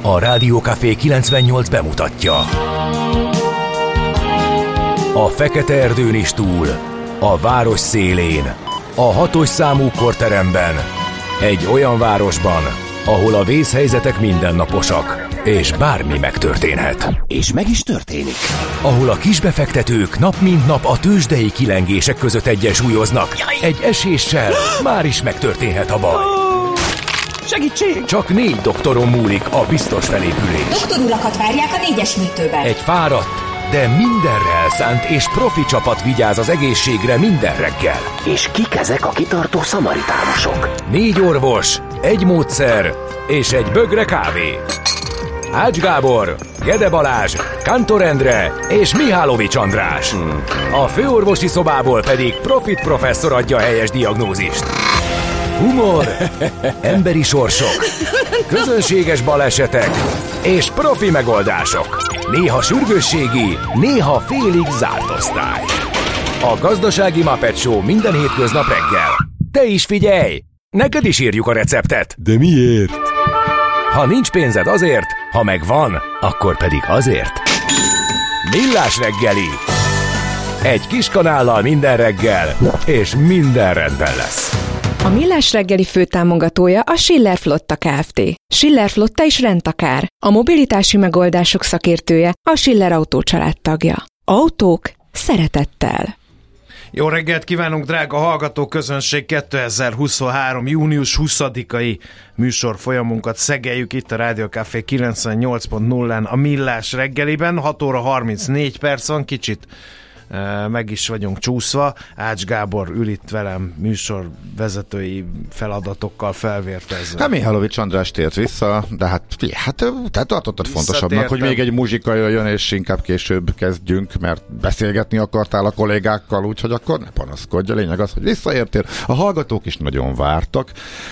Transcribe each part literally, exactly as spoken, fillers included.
A Rádió Café kilencvennyolc bemutatja. A fekete erdőn is túl, a város szélén, a hatos számú korteremben, egy olyan városban, ahol a vészhelyzetek mindennaposak, és bármi megtörténhet. És meg is történik. Ahol a kisbefektetők nap mint nap a tőzsdei kilengések között egyensúlyoznak. Egy eséssel már is megtörténhet a baj. Segítség! Csak négy doktoron múlik a biztos felépülés. Doktor urakat várják a négyes műtőben. Egy fáradt, de mindenre elszánt és profi csapat vigyáz az egészségre minden reggel. És kik ezek a kitartó szamaritánusok? Négy orvos, egy módszer és egy bögre kávé. Ács Gábor, Gede Balázs, Kantor Endre és Mihálovics András. Hmm. A főorvosi szobából pedig Profit professzor adja a helyes diagnózist. Humor, emberi sorsok, közönséges balesetek és profi megoldások. Néha sürgősségi, néha félig zárt osztály. A Gazdasági Muppet Show minden hétköznap reggel. Te is figyelj! Neked is írjuk a receptet. De miért? Ha nincs pénzed azért, ha megvan, akkor pedig azért. Millás reggeli. Egy kis kanállal minden reggel, és minden rendben lesz. A Millás reggeli főtámogatója a Schiller Flotta Kft. Schiller Flotta is rendtakár. A mobilitási megoldások szakértője, a Schiller Autó család tagja. Autók szeretettel. Jó reggelt kívánunk, drága hallgató közönség! kétezer-huszonhárom. június huszadikai műsor folyamunkat szegeljük itt a Rádió Café kilencvennyolc pont nullán a Millás reggeliben. hat óra harmincnégy perc van, kicsit meg is vagyunk csúszva. Ács Gábor ül itt velem műsorvezetői feladatokkal felvértezve. Hát Mihálovics András tért vissza, de hát, hát te tartottad fontosabbnak, hogy még egy muzsika jöjjön, és inkább később kezdjünk, mert beszélgetni akartál a kollégákkal, úgyhogy akkor ne panaszkodj. A lényeg az, hogy visszaértél. A hallgatók is nagyon vártak.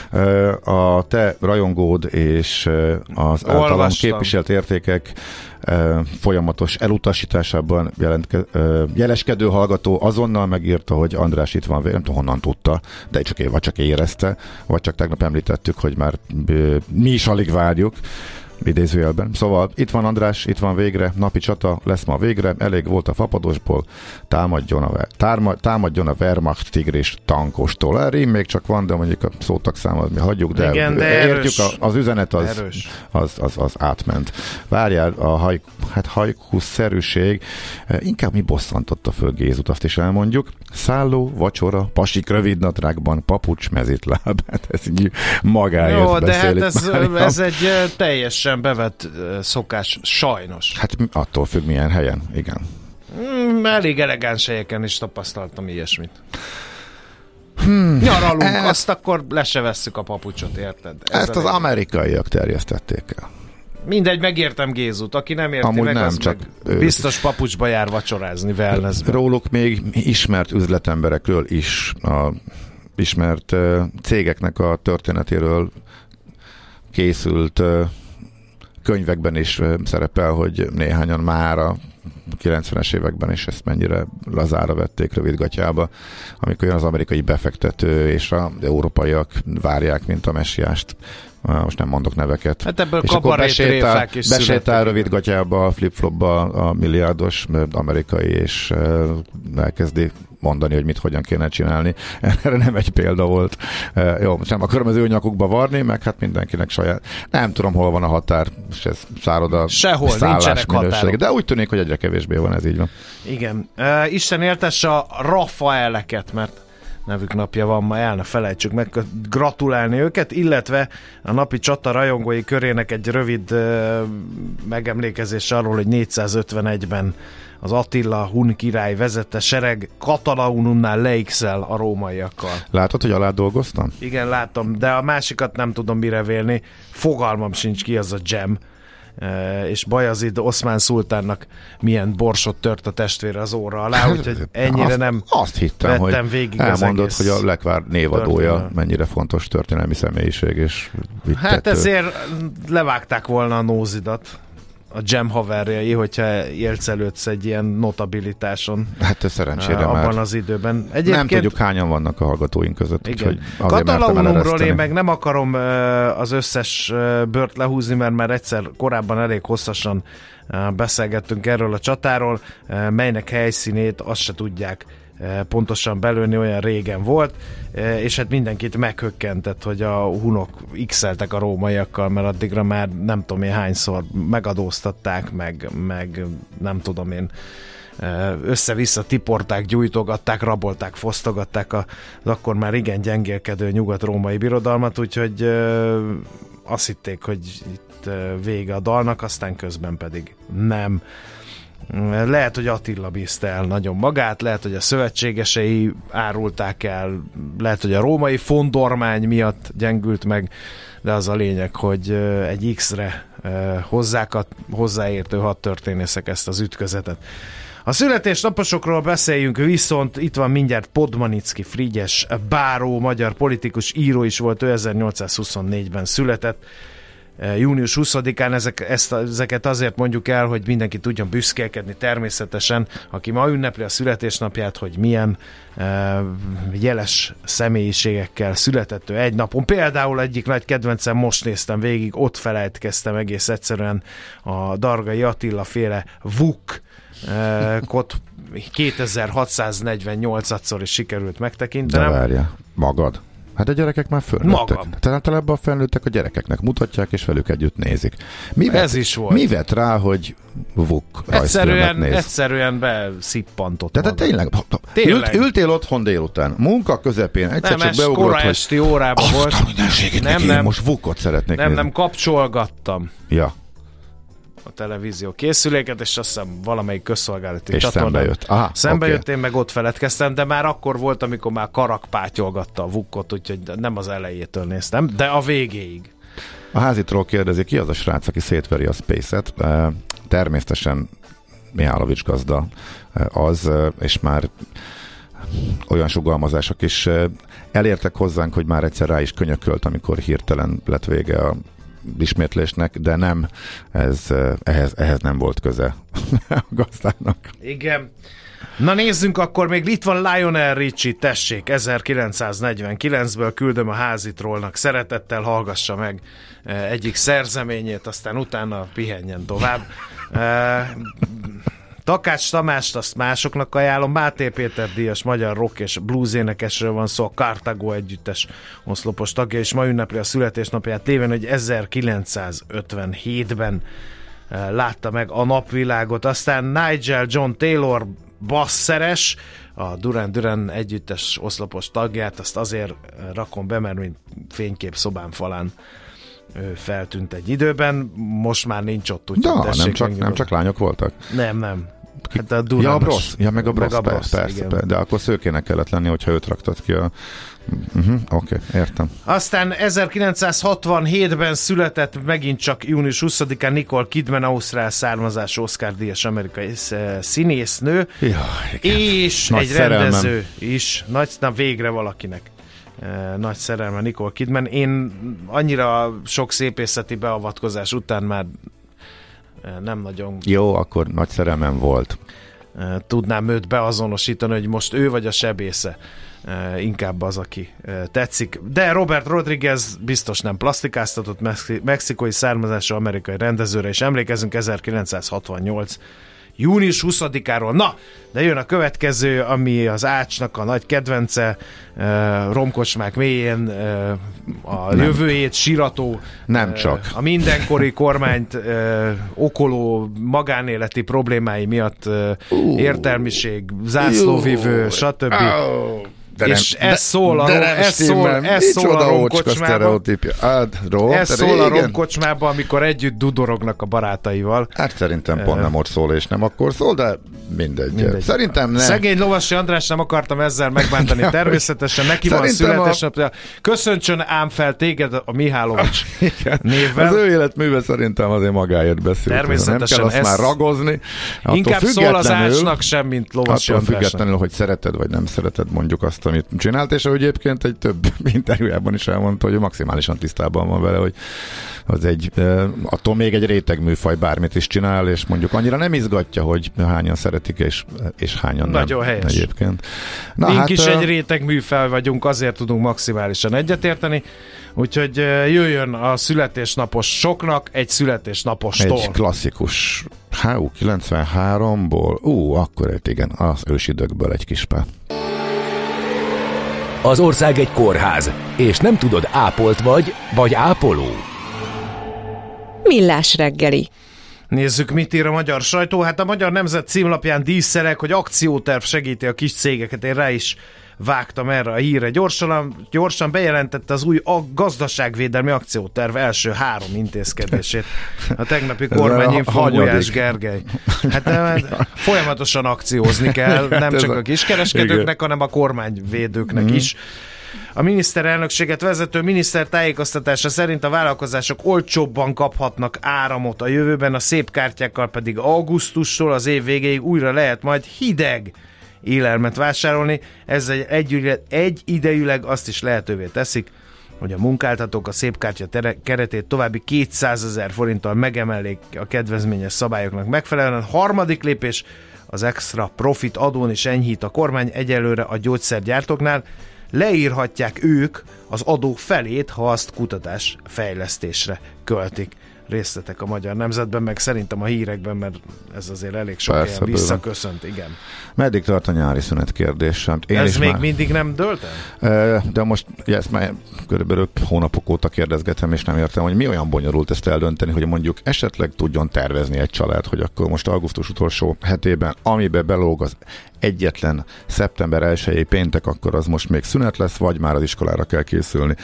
A te rajongód és az általam képviselt értékek folyamatos elutasításában jelentke, jeleskedő hallgató azonnal megírta, hogy András itt van, nem tudom honnan tudta, de csak, vagy csak érezte, vagy csak tegnap említettük, hogy már mi is alig várjuk, idézőjelben. Szóval itt van András, itt van végre, napi csata lesz ma végre, elég volt a fapadosból, támadjon a, tárma, támadjon a Wehrmacht tigris tankostól. Erre még csak van, de mondjuk a szótagszámot mi hagyjuk, de, igen, de értjük, erős, a, az üzenet az, az, az, az átment. Várjál, a haj, hát hajkuszerűség, inkább mi bosszantotta föl Gézut, azt is elmondjuk. Szálló, vacsora, pasik rövidnadrágban, papucs, mezitláb. Hát ez így magáért jó, beszél. de hát ez, ez egy teljes bevett szokás, sajnos. Hát attól függ milyen helyen, igen. Mm, elég elegáns helyeken is tapasztaltam ilyesmit. Hmm. Nyaralunk, e... azt akkor le se vesszük a papucsot, érted? Ez ezt az lényeg. Amerikaiak terjesztették el. Mindegy, megértem Gézut, aki nem érti amúgy meg, nem, az csak meg biztos papucsba jár vacsorázni wellnessbe. Róluk még ismert üzletemberekről is, a ismert uh, cégeknek a történetéről készült uh, könyvekben is szerepel, hogy néhányan már a kilencvenes években is ezt mennyire lazára vették rövidgatyába, amikor jön az amerikai befektető és az európaiak várják, mint a messiást. Most nem mondok neveket. Hát ebből és akkor besétál, is besétál rövidgatyába, flip-flopba a milliárdos amerikai, és elkezdi mondani, hogy mit hogyan kéne csinálni. Erre nem egy példa volt. E, jó, most nem akarom az ő nyakukba varni, meg hát mindenkinek saját. Nem tudom, hol van a határ, és ez szálloda sehol, nincsenek határok. De úgy tűnik, hogy egyre kevésbé van, ez így van. Igen. Uh, Isten éltesse a Rafaeleket, mert nevük napja van ma, el ne felejtsük meg gratulálni őket, illetve a napi csata rajongói körének egy rövid uh, megemlékezés arról, hogy négyszázötvenegyben az Attila hun király vezette sereg Katalaunumnál leikszel a rómaiakkal. Látod, hogy alá dolgoztam? Igen, látom, de a másikat nem tudom mire vélni. Fogalmam sincs ki az a gem. E, és Bajazid Oszmán szultánnak milyen borsot tört a testvére az óra alá, úgyhogy ennyire azt, nem azt hittem, vettem hogy végig elmondod, az hogy a Lekvár névadója történelem. Mennyire fontos történelmi személyiség. És hát ezért levágták volna a nózidat a jam haverjai, hogyha élcelődsz egy ilyen notabilitáson. Hát ez szerencsére abban már az időben. Egyébként, nem tudjuk, hányan vannak a hallgatóink között. Igen. Katalónumról én meg nem akarom az összes bört lehúzni, mert már egyszer korábban elég hosszasan beszélgettünk erről a csatáról, melynek helyszínét azt se tudják pontosan belőni, olyan régen volt, és hát mindenkit meghökkentett, hogy a hunok x-eltek a rómaiakkal, mert addigra már nem tudom én hányszor megadóztatták, meg, meg nem tudom én össze-vissza tiporták, gyújtogatták, rabolták, fosztogatták az akkor már igen gyengélkedő nyugat-római birodalmat, úgyhogy azt hitték, hogy itt vége a dalnak, aztán közben pedig nem. Lehet, hogy Attila bízta el nagyon magát, lehet, hogy a szövetségesei árulták el, lehet, hogy a római fondormány miatt gyengült meg, de az a lényeg, hogy egy X-re hozzák a hozzáértő hadtörténészek ezt az ütközetet. A születésnaposokról beszéljünk viszont, itt van mindjárt Podmanicki Frigyes báró, magyar politikus, író is volt, ő ezernyolcszázhuszonnégyben született. június huszadikán ezek, ezt, ezeket azért mondjuk el, hogy mindenki tudjon büszkélkedni természetesen, aki ma ünnepli a születésnapját, hogy milyen e, jeles személyiségekkel született ő egy napon. Például egyik nagy kedvencem, most néztem végig, ott felejtkeztem egész egyszerűen a Dargai Attila féle Vuk e, kot kétezer-hatszáznegyvennyolcszor is sikerült megtekintenem. De várja, magad? Hát a gyerekek már fölnőttek. Tehát általában a felnőttek a gyerekeknek mutatják, és velük együtt nézik. Mi Ez vet, is volt. Mi vett rá, hogy Vuk egyszerűen, néz? Egyszerűen beszippantott. Tehát tényleg, tényleg. Ült, ültél otthon délután, munka közepén, egyszer nem, csak beugrott, hogy esti órában volt. Azt a mindenségét nem, nem, most Vukot szeretnék Nem, nézni. nem, kapcsolgattam. Ja. A televízió készüléket, és azt hiszem valamelyik közszolgálati és csatornán. szembe jött. Aha, szembe okay. jött, én meg ott feledkeztem, de már akkor volt, amikor már karakpátyolgatta a Vukot, úgyhogy nem az elejétől néztem, de a végéig. A házitról kérdezi, ki az a srác, aki szétveri a Space-et. Természetesen Mihálovics gazda az, és már olyan sugalmazások is elértek hozzánk, hogy már egyszer rá is könyökölt, amikor hirtelen lett vége a ismétlésnek, de nem, ez, ehhez, ehhez nem volt köze a gazdának. Igen. Na nézzünk, akkor még itt van Lionel Richie, tessék, ezerkilencszáznegyvenkilencből küldöm a házitrollnak, szeretettel hallgassa meg egyik szerzeményét, aztán utána pihenjen tovább. Takács Tamást azt másoknak ajánlom, Máté Péter díjas magyar rock és blues énekesről van szó, a Cartago együttes oszlopos tagja, és ma ünnepli a születésnapját lévén, hogy ezerkilencszázötvenhétben látta meg a napvilágot. Aztán Nigel John Taylor basszeres, a Duran Duran együttes oszlopos tagját, azt azért rakom be, mert mint fénykép szobám falán ő feltűnt egy időben, most már nincs ott, úgy de, nem csak, nem csak lányok voltak? Nem, nem. Hát a Duranos, ja, a Brosz, ja, meg a Brosz, meg a persze, Brosz, persze, persze, de akkor szőkének kellett lenni, hogyha őt raktad ki a... Uh-huh, Oké, okay, értem. Aztán ezerkilencszázhatvanhétben született megint csak június huszadikán Nicole Kidman, ausztrál származású Oscar-díjas amerikai színésznő, ja, és nagy egy szerelmem. rendező is. Nagy, na végre valakinek. Nagy szerelme Nicole Kidman. Én annyira sok szépészeti beavatkozás után már nem nagyon... Jó, akkor nagy szerelmem volt. Tudnám őt beazonosítani, hogy most ő vagy a sebésze. Inkább az, aki tetszik. De Robert Rodriguez biztos nem plastikáztatott, mexi- mexikói származású amerikai rendezőre, és emlékezünk ezerkilencszázhatvannyolc június huszadikáról. Na, de jön a következő, ami az Ácsnak a nagy kedvence, uh, romkocsmák mélyén, uh, a nem. jövőjét sirató, nem csak. Uh, a mindenkori kormányt uh, okoló magánéleti problémái miatt uh, uh, értelmiség, zászlóvivő, stb. Oh. De és nem, ez szól a, de ez szól, ez szól a romkocsmában. Hát, rom, ez szól a romkocsmában, amikor együtt dudorognak a barátaival. Hát szerintem pont nem ott szól, és nem akkor szól, de mindegy. mindegy. Szerintem nem. Szegény Lovasi András nem akartam ezzel megbántani, természetesen neki van születésnapja. A... Köszöntsön ám fel téged a Mihálovics névvel. Az ő életműve szerintem azért magáért beszél. Természetesen. Nem kell azt már ragozni. Inkább szól az Ácsnak sem, mint Lovasi Andrásnak. Attól függetlenül, hogy szereted vagy nem szereted, mondjuk azt azt, amit csinált, és egyébként egy több interjújában is elmondta, hogy maximálisan tisztában van vele, hogy az egy, attól még egy rétegműfaj bármit is csinál, és mondjuk annyira nem izgatja, hogy hányan szeretik, és, és hányan nagyon nem. Helyes. Egyébként. Na, Mink hát, is egy rétegműfaj vagyunk, azért tudunk maximálisan egyetérteni, úgyhogy jöjjön a születésnapos soknak egy születésnapostól. Egy klasszikus há u kilencvenháromból, ú, akkor egy igen, az ősidőkből egy kis pár. Az ország egy kórház, és nem tudod, ápolt vagy, vagy ápoló. Millás reggeli. Nézzük, mit ír a magyar sajtó. Hát a Magyar Nemzet címlapján díszelek, hogy akcióterv segíti a kis cégeket. Én rá is vágtam erre a hírre. Gyorsan, gyorsan bejelentette az új gazdaságvédelmi akcióterv első három intézkedését. A tegnapi kormányinfó Gulyás Gergely. Hát, hát folyamatosan akciózni kell, nem csak a kiskereskedőknek, hanem a kormányvédőknek mm. is. A miniszterelnökséget vezető miniszter tájékoztatása szerint a vállalkozások olcsóbban kaphatnak áramot a jövőben, a szép kártyákkal pedig augusztustól az év végéig újra lehet majd hideg élelmet vásárolni. Ez egy, egy, egy idejűleg azt is lehetővé teszik, hogy a munkáltatók a szép kártya tere- keretét további kétszázezer forinttal megemelik a kedvezményes szabályoknak megfelelően. A harmadik lépés az extra profit adón is enyhít a kormány egyelőre a gyógyszergyártóknál. Leírhatják ők az adó felét, ha azt kutatás fejlesztésre költik. Részletek a Magyar Nemzetben, meg szerintem a hírekben, mert ez azért elég sok Persze, helyen visszaköszönt, igen. Meddig tart a nyári szünet kérdés? Én ez még már... mindig nem dölt el? De most ja, ezt már körülbelül hónapok óta kérdezgetem, és nem értem, hogy mi olyan bonyolult ezt eldönteni, hogy mondjuk esetleg tudjon tervezni egy család, hogy akkor most augusztus utolsó hetében, amiben belóg az egyetlen szeptember elsejei péntek, akkor az most még szünet lesz, vagy már az iskolára kell készülni.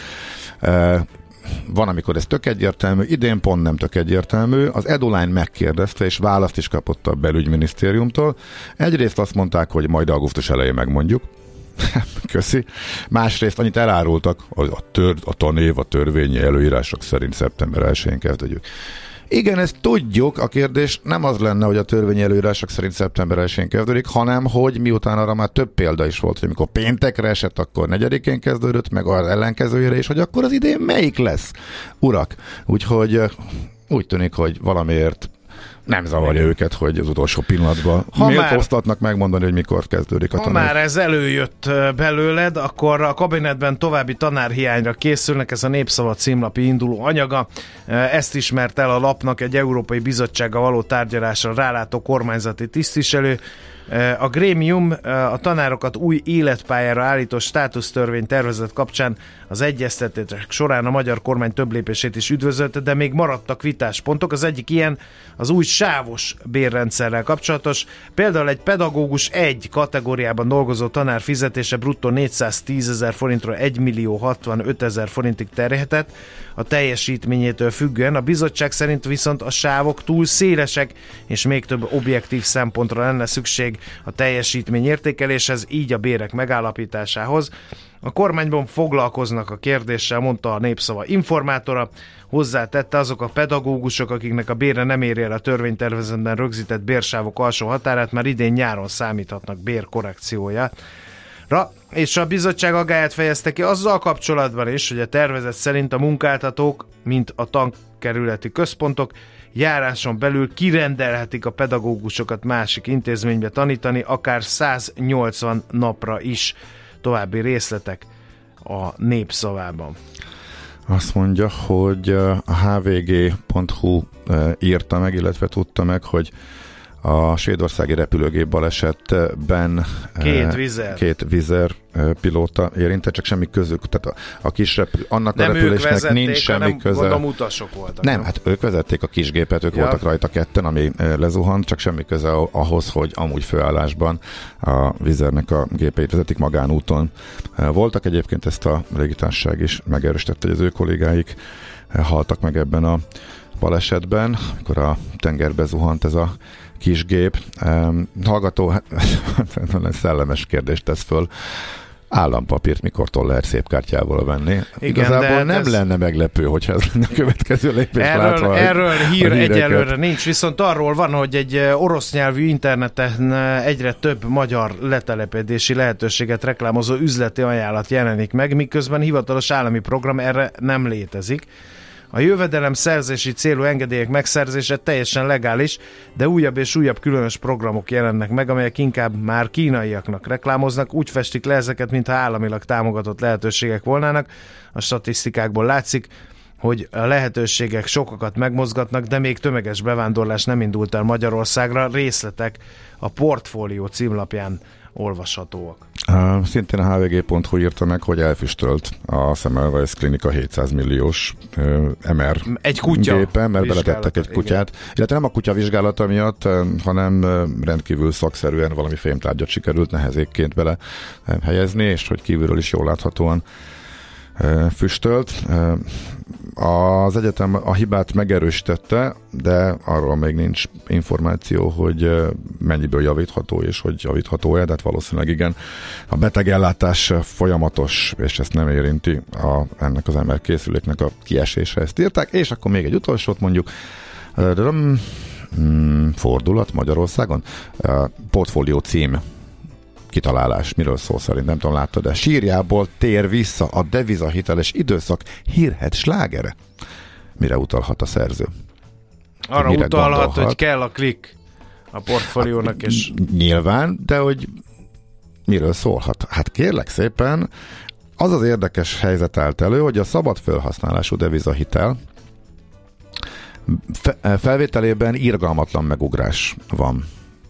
Van, amikor ez tök egyértelmű, idén pont nem tök egyértelmű. Az Eduline megkérdezte, és választ is kapott a belügyminisztériumtól. Egyrészt azt mondták, hogy majd augusztus elején megmondjuk. Köszi. Másrészt annyit elárultak, hogy a, tör, a tanév, a törvényi előírások szerint szeptember elsején kezdődjük. Igen, ezt tudjuk, a kérdés nem az lenne, hogy a törvényi előírások szerint szeptember elsején kezdődik, hanem hogy miután arra már több példa is volt, hogy amikor péntekre esett, akkor negyedikén kezdődött, meg az ellenkezőjére is, hogy akkor az idén melyik lesz, urak. Úgyhogy úgy tűnik, hogy valamiért nem zavarja igen. őket, hogy az utolsó pillanatban méltóztatnak megmondani, hogy mikor kezdődik a ha tanár. Ha már ez előjött belőled, akkor a kabinetben további tanárhiányra készülnek, ez a Népszava címlapi induló anyaga. Ezt ismert el a lapnak egy Európai Bizottsággal való tárgyalásra rálátó kormányzati tisztviselő. A Grémium a tanárokat új életpályára állító státusztörvény tervezet kapcsán az egyeztetések során a magyar kormány több lépését is üdvözölte, de még maradtak vitáspontok. Az egyik ilyen az új sávos bérrendszerrel kapcsolatos. Például egy pedagógus egy kategóriában dolgozó tanár fizetése bruttó négyszáztízezer forintról egymillió hatvanötezer forintig terjedhet a teljesítményétől függően. A bizottság szerint viszont a sávok túl szélesek, és még több objektív szempontra lenne szükség a teljesítmény értékeléshez, így a bérek megállapításához. A kormányban foglalkoznak a kérdéssel, mondta a Népszava informátora. Hozzátette, azok a pedagógusok, akiknek a bére nem éri el a törvénytervezetben rögzített bérsávok alsó határát, már idén nyáron számíthatnak bérkorrekciójára. És a bizottság aggályát fejezte ki azzal kapcsolatban is, hogy a tervezet szerint a munkáltatók, mint a tankerületi központok, járáson belül kirendelhetik a pedagógusokat másik intézménybe tanítani, akár száznyolcvan napra is. További részletek a Népszavában. Azt mondja, hogy a há vé gé pont hú írta meg, illetve tudta meg, hogy a svédországi repülőgép balesetben két vizer, két vizer pilóta érintett, csak semmi közük. Tehát a, a kis repül, annak nem a repülésnek vezették, nincs semmi köze. Gondolom utasok voltak. Nem, nem, hát ők vezették a kisgépet, ők ja. voltak rajta ketten, ami lezuhant, csak semmi köze ahhoz, hogy amúgy főállásban a vizernek a gépeit vezetik magánúton. Voltak egyébként, ezt a légitársaság is megerősítette, hogy az ő kollégáik haltak meg ebben a balesetben, amikor a tengerbe zuhant ez a kisgép. Um, hallgató, hát, szellemes kérdést tesz föl. állampapírt mikortól lehet szép kártyával venni. Igen, igazából nem ez... lenne meglepő, hogyha ez lenne a következő lépés. Erről, látva, erről hír egyelőre nincs. nincs, viszont arról van, hogy egy orosz nyelvű interneten egyre több magyar letelepedési lehetőséget reklámozó üzleti ajánlat jelenik meg, miközben hivatalos állami program erre nem létezik. A jövedelem szerzési célú engedélyek megszerzése teljesen legális, de újabb és újabb különös programok jelennek meg, amelyek inkább már kínaiaknak reklámoznak, úgy festik le ezeket, mintha államilag támogatott lehetőségek volnának. A statisztikákból látszik, hogy a lehetőségek sokakat megmozgatnak, de még tömeges bevándorlás nem indult el Magyarországra. Részletek a Portfólió címlapján olvashatóak. Uh, szintén a há vé gé pont hu írta meg, hogy elfüstölt a Semmelweis klinika hétszáz milliós uh, em er egy kutya gépen, mert beletettek egy kutyát. Igen. Illetve nem a kutya vizsgálata miatt, uh, hanem uh, rendkívül szakszerűen valami fémtárgyat sikerült nehezékként bele uh, helyezni, és hogy kívülről is jól láthatóan uh, füstölt. Uh, az egyetem a hibát megerősítette, de arról még nincs információ, hogy mennyiből javítható, és hogy javítható-e, de hát valószínűleg igen. A betegellátás folyamatos, és ezt nem érinti a, ennek az em er készüléknek a kiesése, ezt írták, és akkor még egy utolsót mondjuk. Fordulat Magyarországon. Portfólió cím kitalálás. Miről szól szerint? Nem tudom, láttad, de sírjából tér vissza a devizahiteles időszak hírhedt slágere. Mire utalhat a szerző? Arra Mire utalhat, gondolhat? hogy kell a klik a portfóliónak, hát, és... Nyilván, de hogy miről szólhat? Hát kérlek szépen, az az érdekes helyzet állt elő, hogy a szabad felhasználású devizahitel fe- felvételében irgalmatlan megugrás van.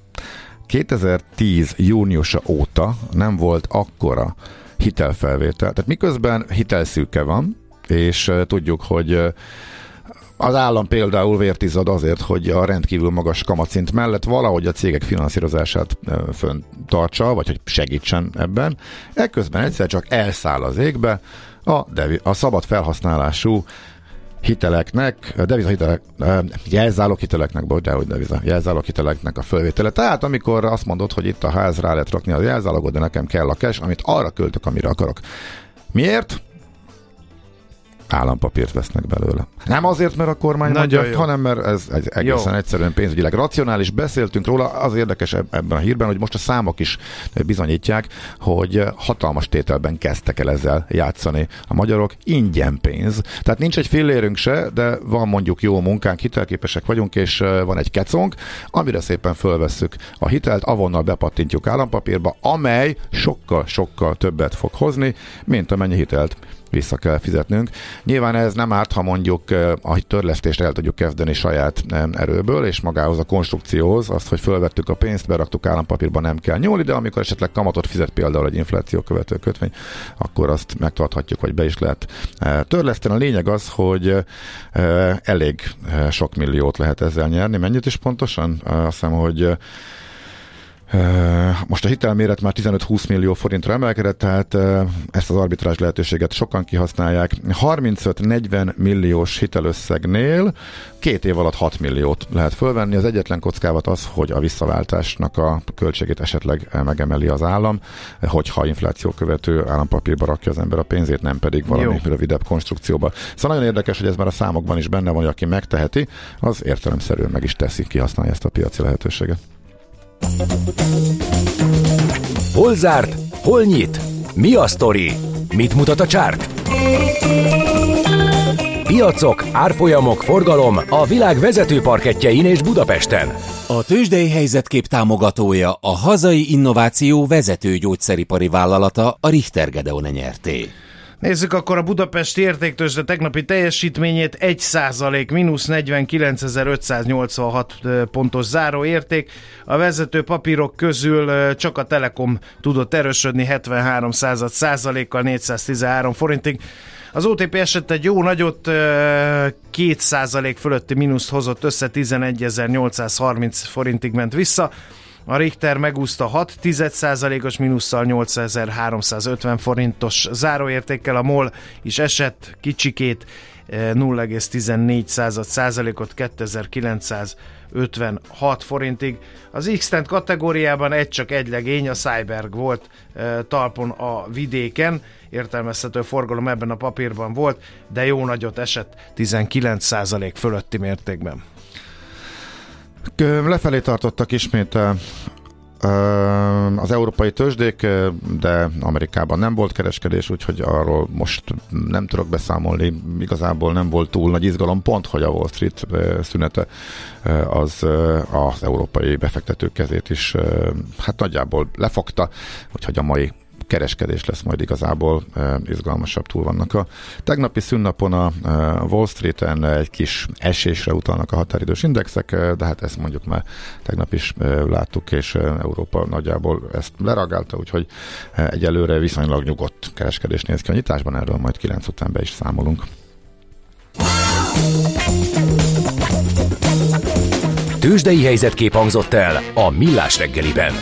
kétezer-tíz júniusa óta nem volt akkora hitelfelvétel. Tehát miközben hitelszűke van, és uh, tudjuk, hogy uh, az állam például vértizad azért, hogy a rendkívül magas kamatszint mellett valahogy a cégek finanszírozását uh, fönn tartsa, vagy hogy segítsen ebben. Ekközben egyszer csak elszáll az égbe a, devi- a szabad felhasználású hiteleknek, devizahitelek, jelzáloghiteleknek, bocs, dehogy deviza, jelzáloghiteleknek a fölvétele. Tehát amikor azt mondod, hogy itt a ház rá lehet rakni az jelzálogot, de nekem kell a cash, amit arra költök, amire akarok. Miért? Állampapírt vesznek belőle. Nem azért, mert a kormány mondja, hanem mert ez egy egészen jó. Egyszerűen pénzügyileg racionális. Beszéltünk róla, az érdekes ebben a hírben, hogy most a számok is bizonyítják, hogy hatalmas tételben kezdtek el ezzel játszani a magyarok. Ingyen pénz. Tehát nincs egy fillérünk se, de van mondjuk jó munkánk, hitelképesek vagyunk, és van egy kecónk, amire szépen fölvesszük a hitelt, avonnal bepattintjuk állampapírba, amely sokkal-sokkal többet fog hozni, mint amennyi hitelt vissza kell fizetnünk. Nyilván ez nem árt, ha mondjuk a törlesztést el tudjuk kezdeni saját erőből, és magához a konstrukcióhoz, azt, hogy fölvettük a pénzt, beraktuk állampapírba, nem kell nyúlni, de amikor esetleg kamatot fizet például egy infláció követő kötvény, akkor azt megtarthatjuk, vagy be is lehet törleszteni. A lényeg az, hogy elég sok milliót lehet ezzel nyerni. Mennyit is pontosan? Azt hiszem, hogy most a hitelméret már tizenöt-húsz millió forintra emelkedett, tehát ezt az arbitrázs lehetőséget sokan kihasználják. harmincöt-negyven milliós hitelösszegnél két év alatt hat milliót lehet fölvenni. Az egyetlen kockávat az, hogy a visszaváltásnak a költségét esetleg megemeli az állam, hogyha infláció követő állampapírba rakja az ember a pénzét, nem pedig valami Jó. rövidebb konstrukcióba. Szóval nagyon érdekes, hogy ez már a számokban is benne van, hogy aki megteheti, az értelemszerűen meg is teszi, kihasználja ezt a piaci lehetőséget. Hol zárt? Hol nyit? Mi a sztori? Mit mutat a csárt? Piacok, árfolyamok, forgalom a világ vezető parkettjein és Budapesten. A tőzsdei helyzetkép támogatója, a hazai innováció vezető gyógyszeripari vállalata, a Richter Gedeon nyerté. Nézzük akkor a budapesti értéktőzsde tegnapi teljesítményét, egy százalék mínusz negyvenkilencezer-ötszáznyolcvanhat pontos záróérték. A vezető papírok közül csak a Telekom tudott erősödni hetvenhárom század százalékkal négyszáztizenhárom forintig. Az o té pé esett egy jó nagyot, két százalék fölötti mínuszt hozott össze, tizenegyezer-nyolcszázharminc forintig ment vissza. A Richter megúszta hat tized százalékos mínusszal nyolcezer-háromszázötven forintos záróértékkel, a MOL is esett kicsikét nulla egész tizennégy százalékot kétezer-kilencszázötvenhat forintig. Az X-Tent kategóriában egy csak egy legény, a Cyberg volt e, talpon a vidéken, értelmezhető forgalom ebben a papírban volt, de jó nagyot esett, tizenkilenc százalék fölötti mértékben. Lefelé tartottak ismét az európai tőzsdék, de Amerikában nem volt kereskedés, úgyhogy arról most nem tudok beszámolni. Igazából nem volt túl nagy izgalom, pont hogy a Wall Street szünete az az európai befektetők kezét is hát nagyjából lefogta, úgyhogy a mai kereskedés lesz majd igazából uh, izgalmasabb, túl vannak a tegnapi szünnapon a uh, Wall Streeten egy kis esésre utalnak a határidős indexek, uh, de hát ezt mondjuk már tegnap is uh, láttuk, és uh, Európa nagyjából ezt leragálta, úgyhogy uh, egyelőre viszonylag nyugodt kereskedés néz ki a nyitásban, erről majd kilenc után be is számolunk. Tőzsdei helyzetkép hangzott el a Millás reggeliben.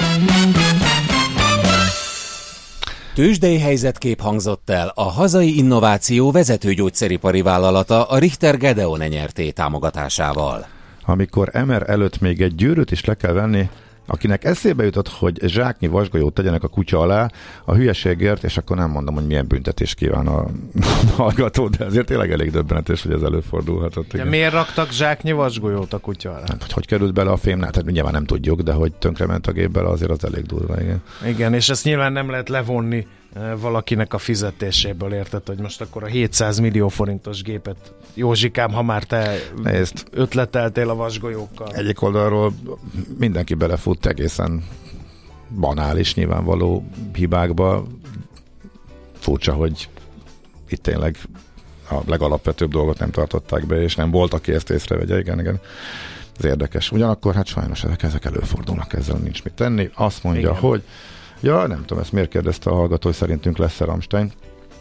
Tőzsdei helyzetkép hangzott el a hazai innováció vezető gyógyszeripari vállalata a Richter Gedeon Nyrt. Támogatásával. Amikor emer előtt még egy gyűrűt is le kell venni, akinek eszébe jutott, hogy zsáknyi vasgolyót tegyenek a kutya alá a hülyeségért, és akkor nem mondom, hogy milyen büntetés kíván a hallgató, de ezért tényleg elég döbbenetes, hogy ez előfordulhatott. De miért raktak zsáknyi vasgolyót a kutya alá? Hát, hogy hogy került bele a fém? Hát nyilván nem tudjuk, de hogy tönkrement a gép bele, azért az elég durva, igen. Igen, és ezt nyilván nem lehet levonni valakinek a fizetéséből, érted, hogy most akkor a hétszáz millió forintos gépet, Józsikám, ha már te Nézd, ötleteltél a vasgolyókkal. Egyik oldalról mindenki belefut egészen banális, nyilvánvaló hibákba. Furcsa, hogy itt tényleg a legalapvetőbb dolgot nem tartották be, és nem volt, aki ezt észrevegye. Igen, igen. Ez érdekes. Ugyanakkor hát sajnos ezek, ezek előfordulnak, ezzel nincs mit tenni. Azt mondja, igen, hogy ja, nem tudom, ezt miért kérdezte a hallgató, hogy szerintünk lesz-e Rammstein.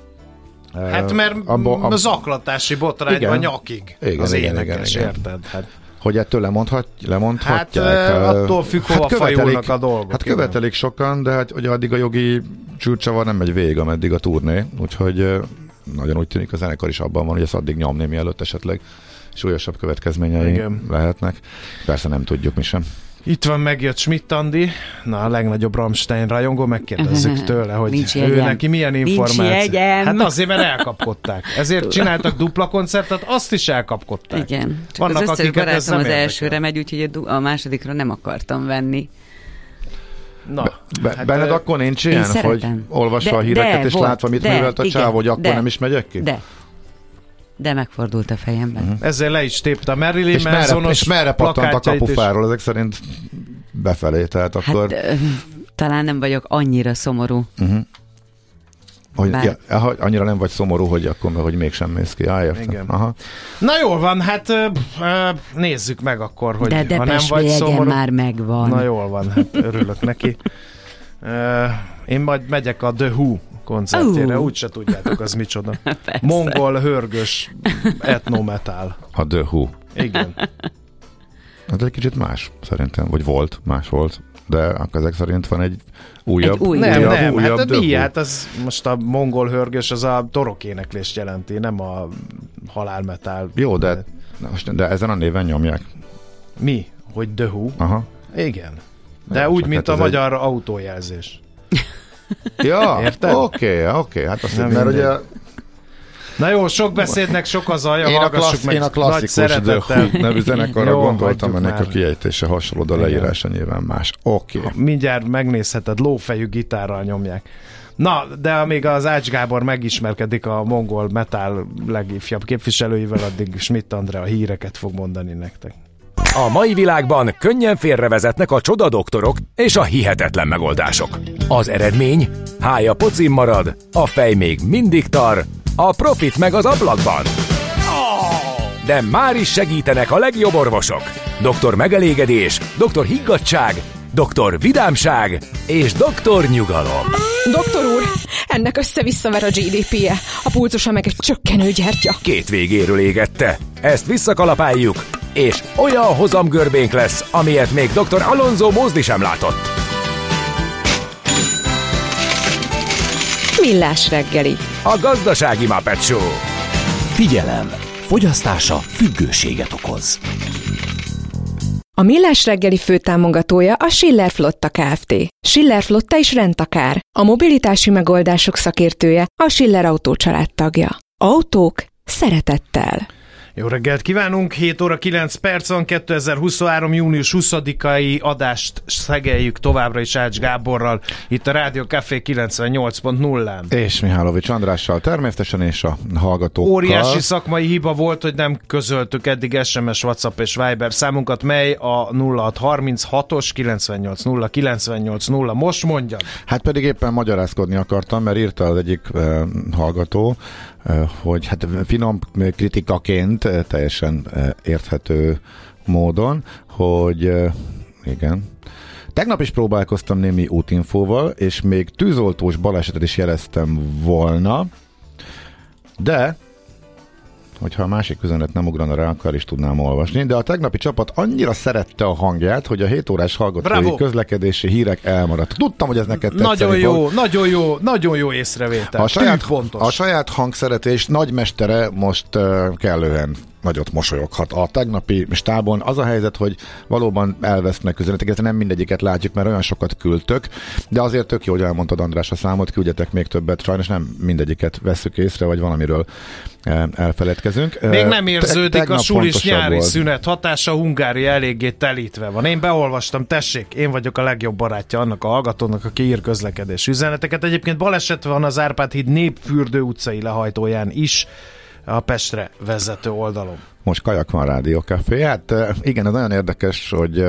Hát mert abba, abba, zaklatási botrányban nyakig igen, az igen, énekes, igen, érted? Hát, hogy ettől lemondhat, lemondhatják? Hát attól függ, hova hát fajulnak a dolgok. Hát követelik igen. sokan, de hát ugye addig a jogi csúcsavar nem megy végig, ameddig a turné, úgyhogy nagyon úgy tűnik, a zenekar is abban van, hogy ezt addig nyomni, mielőtt esetleg súlyosabb következményei igen. lehetnek. Persze nem tudjuk mi sem. Itt van, megjött Schmidt Andi, na a legnagyobb Rammstein rajongó, megkérdezzük tőle, hogy nincs ő jegyem. Neki milyen információ. Hát azért, mert elkapkodták. Ezért csináltak dupla koncertet, azt is elkapkodták. Igen. Csak vannak, az összes barátom az elsőre megy, úgyhogy a másodikra nem akartam venni. Na, Be, hát benned akkor nincs ilyen, hogy olvasva de, a híreket de, és volt, látva, mit de, művelt a igen, csáv, hogy akkor de, nem is megyek ki? De. De megfordult a fejemben. Uh-huh. Ezzel le is tépte a Marilyn Mansonos és merre pattant a kapufáról, ezek szerint befelé, tehát akkor... Hát, uh, talán nem vagyok annyira szomorú. Uh-huh. Hogy, Bár... ja, annyira nem vagy szomorú, hogy akkor hogy mégsem mész ki. Ah, értem. Aha. Na jól van, hát uh, nézzük meg akkor, hogy de ha nem vagy szomorú... már megvan. Na jól van, hát örülök neki. Uh, én majd megyek a The Who koncertjére, uh. úgyse tudjátok, az micsoda. Mongol hörgös etnometál. A The Who. Igen. Hát egy kicsit más, szerintem, vagy volt, más volt, de akkor ezek szerint van egy újabb, egy új, nem, újabb, nem, újabb hát The mi, Who. hát az most a mongol hörgös, az a torokéneklést jelenti, nem a halálmetál. Jó, de, de ezen a néven nyomják. Mi? Hogy The Who? Aha. Igen. De ja, úgy, mint hát a magyar egy... autójelzés. Ja, oké, oké, okay, okay. Hát azt nem, mert ugye... Na jó, sok beszédnek sok az alja, én hallgassuk klassz, meg én a klasszikus The Who nevű zenekarra gondoltam, ennek a kiejtése hasonló, de leírása nyilván más. Oké. Okay. Mindjárt megnézheted, lófejű gitárral nyomják. Na, de még az Ács Gábor megismerkedik a mongol metal legifjabb képviselőivel, addig Schmidt Andrea a híreket fog mondani nektek. A mai világban könnyen félrevezetnek a csodadoktorok és a hihetetlen megoldások. Az eredmény? Hája pocim marad, a fej még mindig tar, a profit meg az ablakban. De már is segítenek a legjobb orvosok. Doktor Megelégedés, Doktor Higgadtság, Doktor Vidámság és Doktor Nyugalom. Doktor úr, ennek össze-visszaver a gé dé pé-je, a pulzusa meg egy csökkenő gyertya. Két végéről égette. Ezt visszakalapáljuk, és olyan hozamgörbénk lesz, amilyet még Doktor Alonso Mózdi sem látott. Millás reggeli. A gazdasági Muppet Show. Figyelem! Fogyasztása függőséget okoz. A Millás reggeli főtámogatója a Schiller Flotta Kft. Schiller Flotta és rendtakár. A mobilitási megoldások szakértője, a Schiller Autó családtagja. Autók szeretettel. Jó reggelt kívánunk, hét óra kilenc perc van, kétezer-huszonhárom. június huszadikai adást szegeljük továbbra is Ács Gáborral, itt a Rádió Café kilencvennyolc pont nullán. És Mihálovics Andrással természetesen, és a hallgatókkal. Óriási szakmai hiba volt, hogy nem közöltük eddig es em es, WhatsApp és Viber számunkat, mely a nulla hat harminchatos kilencvennyolc nulla kilencvennyolc nulla. Most mondjad! Hát pedig éppen magyarázkodni akartam, mert írta az egyik uh, hallgató, uh, hogy hát finom kritikaként uh, teljesen uh, érthető módon, hogy uh, igen. Tegnap is próbálkoztam némi útinfóval, és még tűzoltós balesetet is jeleztem volna, de hogyha a másik üzenet nem ugrana rá, akkor is tudnám olvasni, de a tegnapi csapat annyira szerette a hangját, hogy a hét órás hallgatói Bravo. közlekedési hírek elmaradt. Tudtam, hogy ez neked tetszeni Nagyon jó, fog. nagyon jó, nagyon jó észrevétel. A saját, a saját hangszeretés nagymestere most uh, kellően nagyot mosolyoghat. A tegnapi stábon az a helyzet, hogy valóban elvesznek üzeneteket, nem mindegyiket látjuk, mert olyan sokat küldtök, de azért tök jó, hogy elmondtad András a számot, küldjetek még többet, sajnos nem mindegyiket vesszük észre, vagy valamiről elfeledkezünk. Még nem érződik Te- a sulis nyári volt. Szünet hatása, Hungária eléggé telítve van. Én beolvastam, tessék, én vagyok a legjobb barátja annak a hallgatónak, aki ír közlekedés üzeneteket. Egyébként baleset van az Árpád híd Népfürdő utcai lehajtóján is, a Pestre vezető oldalon. Most kajak van Rádió Café. Hát igen, ez nagyon érdekes, hogy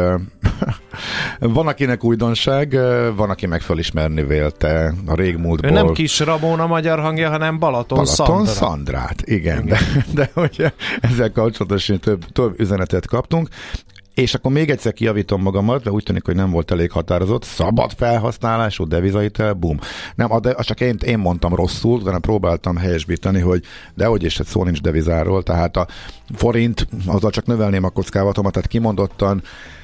van akinek újdonság, van aki meg felismerni vélte a régmúltból. Ő nem Kis Ramón a magyar hangja, hanem Balaton, Balaton Szandra. Szandrát, igen. igen. De, de hogy ezzel kapcsolatosan több, több üzenetet kaptunk. És akkor még egyszer kijavítom magamat, de úgy tűnik, hogy nem volt elég határozott. Szabad felhasználású devizahitel, bum. Nem, de csak én, én mondtam rosszul, de próbáltam helyesbíteni, hogy dehogy is, hát szó nincs devizáról, tehát a forint, azzal csak növelném a kockávatomat, tehát kimondottan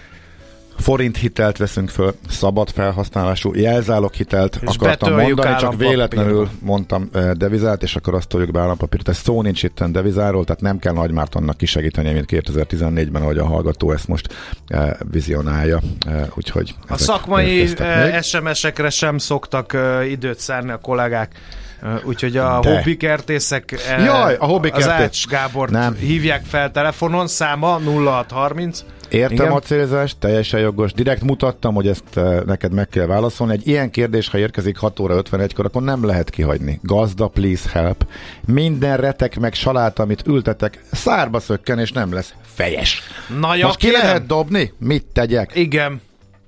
forint hitelt veszünk föl, szabad felhasználású jelzálog hitelt és akartam mondani, csak véletlenül mondtam devizát, és akkor azt toljuk be állampapírt. Ez szó nincs itten devizáról, tehát nem kell Nagy Mártonnak kisegíteni, mint kétezer-tizennégyben, ahogy a hallgató ezt most eh, vizionálja. Eh, úgyhogy a szakmai es em es-ekre sem szoktak eh, időt szárni a kollégák. Úgyhogy a De. hobbikertészek Jaj, a az Ács Gábort nem. hívják fel telefonon, száma nulla hat harminc. Értem Igen? a célzást, teljesen jogos. Direkt mutattam, hogy ezt neked meg kell válaszolni. Egy ilyen kérdés, ha érkezik hat óra ötvenegykor, akkor nem lehet kihagyni. Gazda, please help. Minden retek meg saláta, amit ültetek, szárba szökken, és nem lesz fejes. Na, most ki lehet dobni? Mit tegyek? Igen.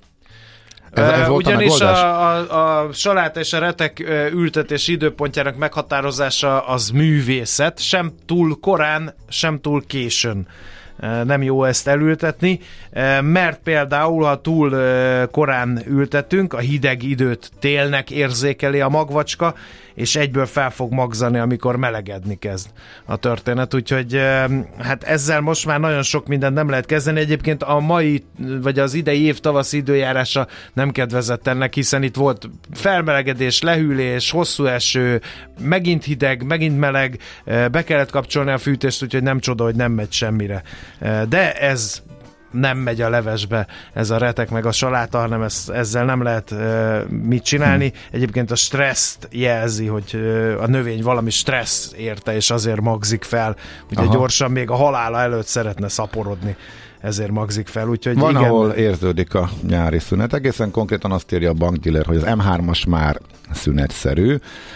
Ez, ez uh, ugyanis a, a, a saláta és a retek ültetési időpontjának meghatározása az művészet, sem túl korán, sem túl későn nem jó ezt elültetni, mert például, ha túl korán ültetünk, a hideg időt télnek érzékeli a magvacska, és egyből fel fog magzani, amikor melegedni kezd a történet, úgyhogy hát ezzel most már nagyon sok mindent nem lehet kezdeni. Egyébként a mai, vagy az idei év tavaszi időjárása nem kedvezett ennek, hiszen itt volt felmelegedés, lehűlés, hosszú eső, megint hideg, megint meleg, be kellett kapcsolni a fűtést, úgyhogy nem csoda, hogy nem megy semmire. De ez nem megy a levesbe, ez a retek meg a saláta, hanem ez, ezzel nem lehet uh, mit csinálni. Egyébként a stresszt jelzi, hogy uh, a növény valami stressz érte, és azért magzik fel, úgyhogy Aha. gyorsan még a halála előtt szeretne szaporodni, ezért magzik fel. Úgyhogy van, igen. ahol érződik a nyári szünet. Egészen konkrétan azt írja a bankdealer, hogy az em hármas már szünetszerű.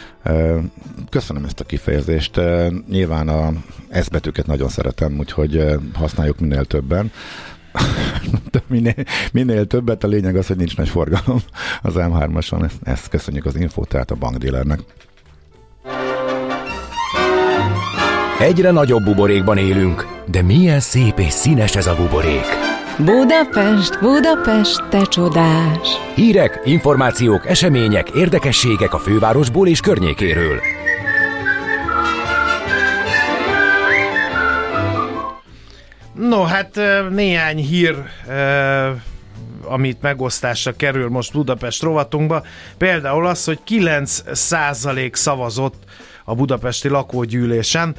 Köszönöm ezt a kifejezést. Nyilván a S betűket nagyon szeretem, úgyhogy használjuk minél többen. minél, minél többet, a lényeg az, hogy nincs nagy forgalom az em hármason. Ezt köszönjük az infót, tehát a bankdealernek. Egyre nagyobb buborékban élünk, de milyen szép és színes ez a buborék. Budapest, Budapest, te csodás! Hírek, információk, események, érdekességek a fővárosból és környékéről. No, hát néhány hír, amit megosztásra kerül most Budapest rovatunkba. Például az, hogy kilenc százalék szavazott a budapesti lakógyűlésen.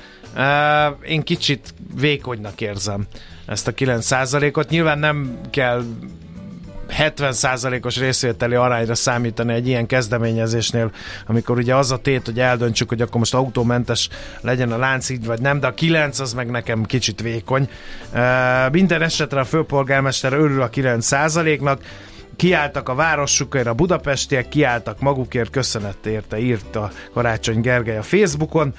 Én kicsit vékonynak érzem ezt a kilenc százalékot. Nyilván nem kell hetven százalékos részvételi arányra számítani egy ilyen kezdeményezésnél, amikor ugye az a tét, hogy eldöntsük, hogy akkor most autómentes legyen a Lánchíd, vagy nem, de a kilenc az meg nekem kicsit vékony. Minden esetre a főpolgármester örül a kilenc százaléknak, kiálltak a városukért a budapestiek, kiálltak magukért, köszönet érte, írta Karácsony Gergely a Facebookon.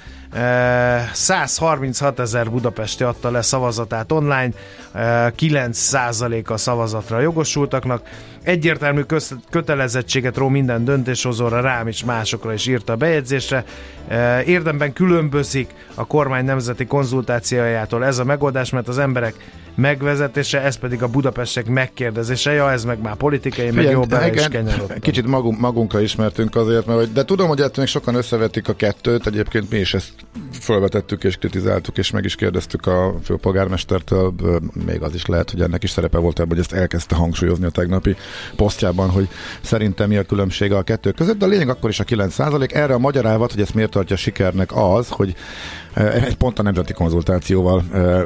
száz harminchat ezer budapesti adta le szavazatát online, kilenc százalék a szavazatra jogosultaknak. Egyértelmű kötelezettséget ró minden döntéshozóra, rám is másokra is írta a bejegyzésre. Érdemben különbözik a kormány nemzeti konzultációjától ez a megoldás, mert az emberek megvezetése, ez pedig a budapestiek megkérdezése. Ja, ez meg már politikai, meg jó bele is kenyerodtam. Kicsit magunk, magunkra ismertünk azért, mert, de tudom, hogy ettől még sokan összevetik a kettőt, egyébként mi is ezt felvetettük és kritizáltuk, és meg is kérdeztük a főpolgármestertől, még az is lehet, hogy ennek is szerepe volt ebben, hogy ezt elkezdte hangsúlyozni a tegnapi posztjában, hogy szerintem mi a különbsége a kettő között, de a lényeg akkor is a kilenc százalék. Erre a magyarávat, hogy ezt miért tartja sikernek az, hogy egy pont a nemzeti konzultációval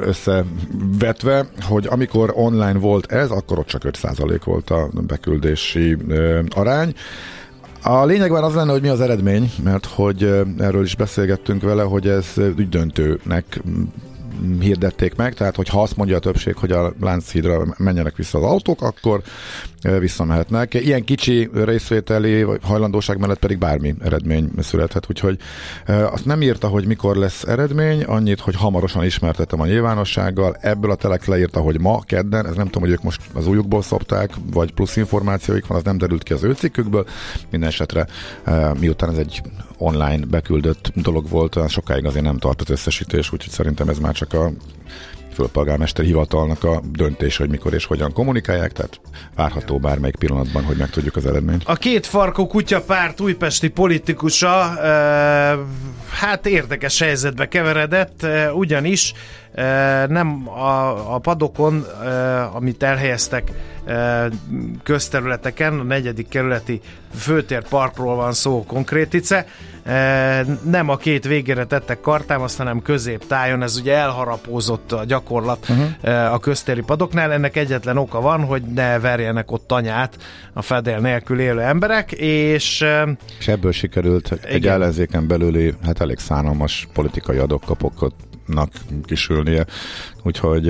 összevetve, hogy amikor online volt ez, akkor ott csak öt százalék volt a beküldési arány. A lényegben az lenne, hogy mi az eredmény, mert hogy erről is beszélgettünk vele, hogy ez ügydöntőnek hirdették meg, tehát hogyha azt mondja a többség, hogy a Lánchídra menjenek vissza az autók, akkor visszamehetnek. Ilyen kicsi részvételi vagy hajlandóság mellett pedig bármi eredmény születhet, úgyhogy azt nem írta, hogy mikor lesz eredmény, annyit, hogy hamarosan ismertetem a nyilvánossággal, ebből a Telex leírta, hogy ma, kedden, ez nem tudom, hogy ők most az újukból szopták, vagy plusz információik van, az nem derült ki az ő cikkükből, minden esetre miután ez egy online beküldött dolog volt, sokáig azért nem tartott összesítés, úgyhogy szerintem ez már csak a főpolgármester hivatalnak a döntés, hogy mikor és hogyan kommunikálják, tehát várható bármelyik pillanatban, hogy megtudjuk az eredményt. A két farkú kutyapárt újpesti politikusa e, hát érdekes helyzetbe keveredett, e, ugyanis e, nem a, a padokon, e, amit elhelyeztek e, közterületeken, a negyedik kerületi főtérparkról van szó konkrétice, e, nem a két végére tettek kartámaszt, hanem középtájon, ez ugye elharapózott a gyakorlat uh-huh. e, a köztéri padoknál, ennek egyetlen oka van, hogy ne verjenek ott tanyát a fedél nélkül élő emberek, és... És ebből sikerült igen. egy ellenzéken belüli, hát elég szánalmas politikai adokkapoknak kisülnie, úgyhogy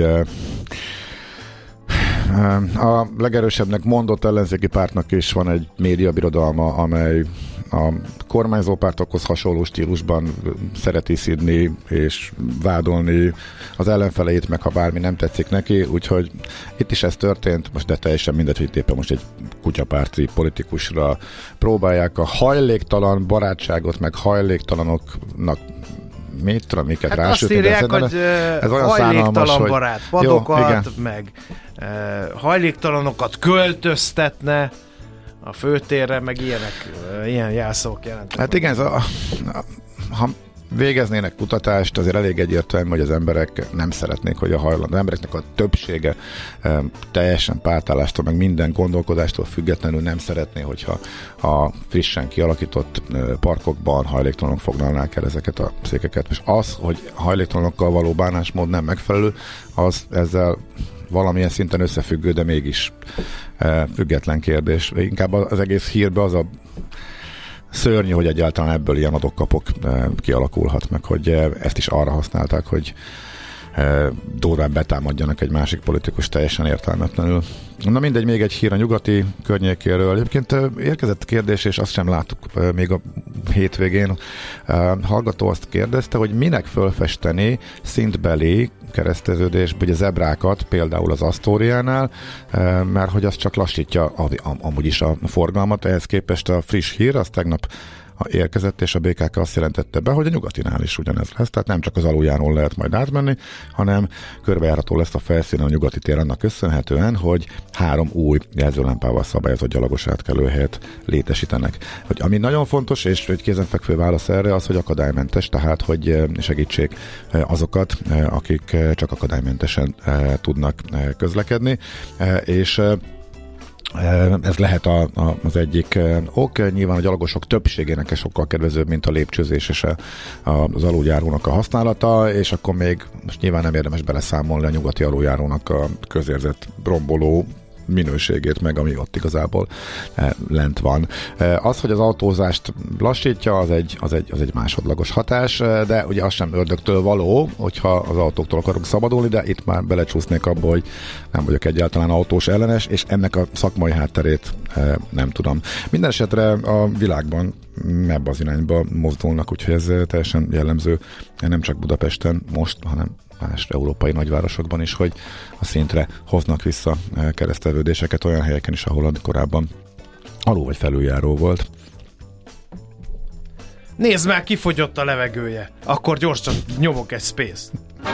a legerősebbnek mondott ellenzéki pártnak is van egy médiabirodalma, amely a kormányzó pártokhoz hasonló stílusban szereti szidni és vádolni az ellenfeleit, meg ha bármi nem tetszik neki, úgyhogy itt is ez történt, most de teljesen mindegy, hogy éppen most egy kutyapárti politikusra próbálják a hajléktalan barátságot, meg hajléktalanoknak mit tudom, miket hát rásütni. Azt írják, hogy ez hajléktalan barát padokat, jó, meg uh, hajléktalanokat költöztetne a főtérre, meg ilyenek, uh, ilyen jelszók jelentek. Hát igen, ez a, a, ha végeznének kutatást, azért elég egyértelmű, hogy az emberek nem szeretnék, hogy a hajlandó. Az embereknek a többsége e, teljesen pártállástól, meg minden gondolkodástól függetlenül nem szeretné, hogyha a frissen kialakított e, parkokban hajléktalanok foglalnák el ezeket a székeket. És az, hogy hajléktalanokkal való bánásmód nem megfelelő, az ezzel valamilyen szinten összefüggő, de mégis e, független kérdés. Inkább az egész hírbe az a szörnyű, hogy egyáltalán ebből ilyen adokkapok e, kialakulhat meg, hogy e, ezt is arra használták, hogy e, durván betámadjanak egy másik politikus teljesen értelmetlenül. Na mindegy, még egy hír a nyugati környékéről. Egyébként e, érkezett kérdés, és azt sem láttuk e, még a hétvégén. E, hallgató azt kérdezte, hogy minek fölfesteni szintbeli kereszteződés, vagy a zebrákat, például az Asztóriánál, mert hogy az csak lassítja amúgy is a forgalmat. Ehhez képest a friss hír, az tegnap érkezett, és a bé ká ká azt jelentette be, hogy a nyugatinál is ugyanez lesz, tehát nem csak az aluljáról lehet majd átmenni, hanem körbejárható lesz a felszínen a nyugati tér annak köszönhetően, hogy három új jelzőlámpával szabályozott gyalogos átkelőhelyet létesítenek. Hogy ami nagyon fontos, és egy kézenfekvő válasz erre az, hogy akadálymentes, tehát hogy segítsék azokat, akik csak akadálymentesen tudnak közlekedni, és Ez lehet a, a, az egyik ok. Nyilván a gyalogosok többségének is sokkal kedvezőbb, mint a lépcsőzés és a, a, az aluljárónak a használata, és akkor még most nyilván nem érdemes beleszámolni a nyugati aluljárónak a közérzet romboló minőségét meg, ami ott igazából e, lent van. E, az, hogy az autózást lassítja, az egy, az, egy, az egy másodlagos hatás, de ugye az sem ördögtől való, hogyha az autóktól akarunk szabadulni, de itt már belecsúsznék abba, hogy nem vagyok egyáltalán autós ellenes, és ennek a szakmai hátterét e, nem tudom. Minden esetre a világban ebbe az irányba mozdulnak, úgyhogy ez teljesen jellemző, nem csak Budapesten most, hanem más európai nagyvárosokban is, hogy a szintre hoznak vissza kereszteződéseket olyan helyeken is, ahol korábban alul vagy felüljáró volt. Nézd már, kifogyott a levegője. Akkor gyorsan nyomok egy space.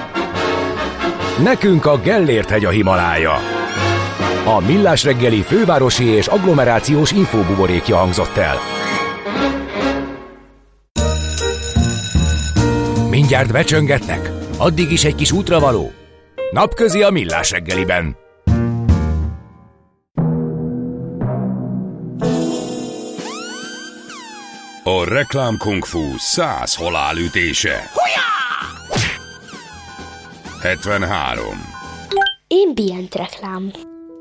Nekünk a Gellért-hegy a Himalája. A Millás reggeli fővárosi és agglomerációs infóbuborékja hangzott el. Mindjárt becsöngetnek? Addig is egy kis útravaló. Napközi a Millás reggeliben. A reklám kung fu száz halálütése. hetvenhárom. Ambient reklám.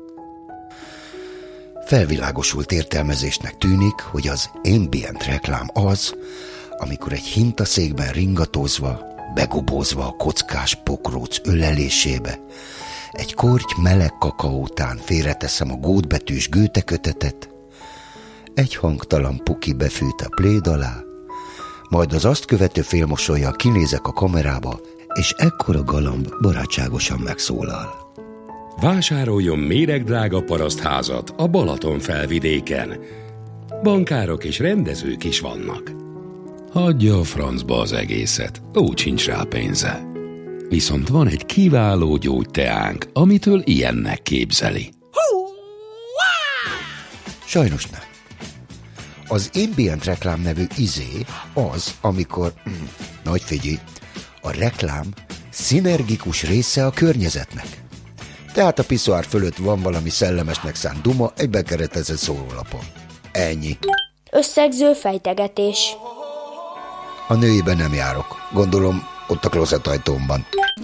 Felvilágosult értelmezésnek tűnik, hogy az ambient reklám az, amikor egy hintaszékben ringatózva, begobózva a kockás pokróc ölelésébe, egy korty meleg kakaó után félreteszem a gótbetűs gőtekötetet, egy hangtalan puki befűt a pléd alá, majd az azt követő félmosollyal kinézek a kamerába, és ekkor a galamb barátságosan megszólal. Vásároljon méregdrága parasztházat a Balaton felvidéken. Bankárok és rendezők is vannak. Hagyja a francba az egészet, úgy sincs rá pénze. Viszont van egy kiváló gyógyteánk, amitől ilyennek képzeli. Sajnos nem. Az ambient reklám nevű izé az, amikor, mm, nagy figyelj, a reklám szinergikus része a környezetnek. Tehát a piszoár fölött van valami szellemesnek szánt duma egy bekeretezett szórólapon. Ennyi. Összegző fejtegetés. A nőiben nem járok. Gondolom, ott a klozetajtómban.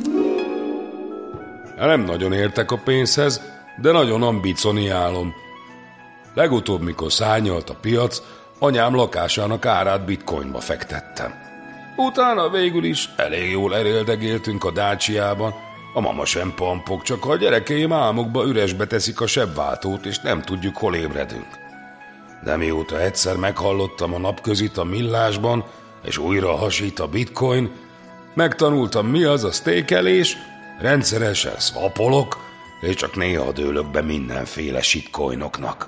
Nem nagyon értek a pénzhez, de nagyon ambicioniálom. Legutóbb, mikor szárnyalt a piac, anyám lakásának árát bitcoinba fektettem. Utána végül is elég jól eréldegéltünk a Daciában. A mama sem pampog, csak a gyerekeim álmokba üresbe teszik a sebváltót, és nem tudjuk, hol ébredünk. De mióta egyszer meghallottam a napközit a Millásban, és újra hasít a bitcoin, megtanultam, mi az a stékelés, rendszeresen swapolok, és csak néha dőlök be mindenféle shitcoinoknak.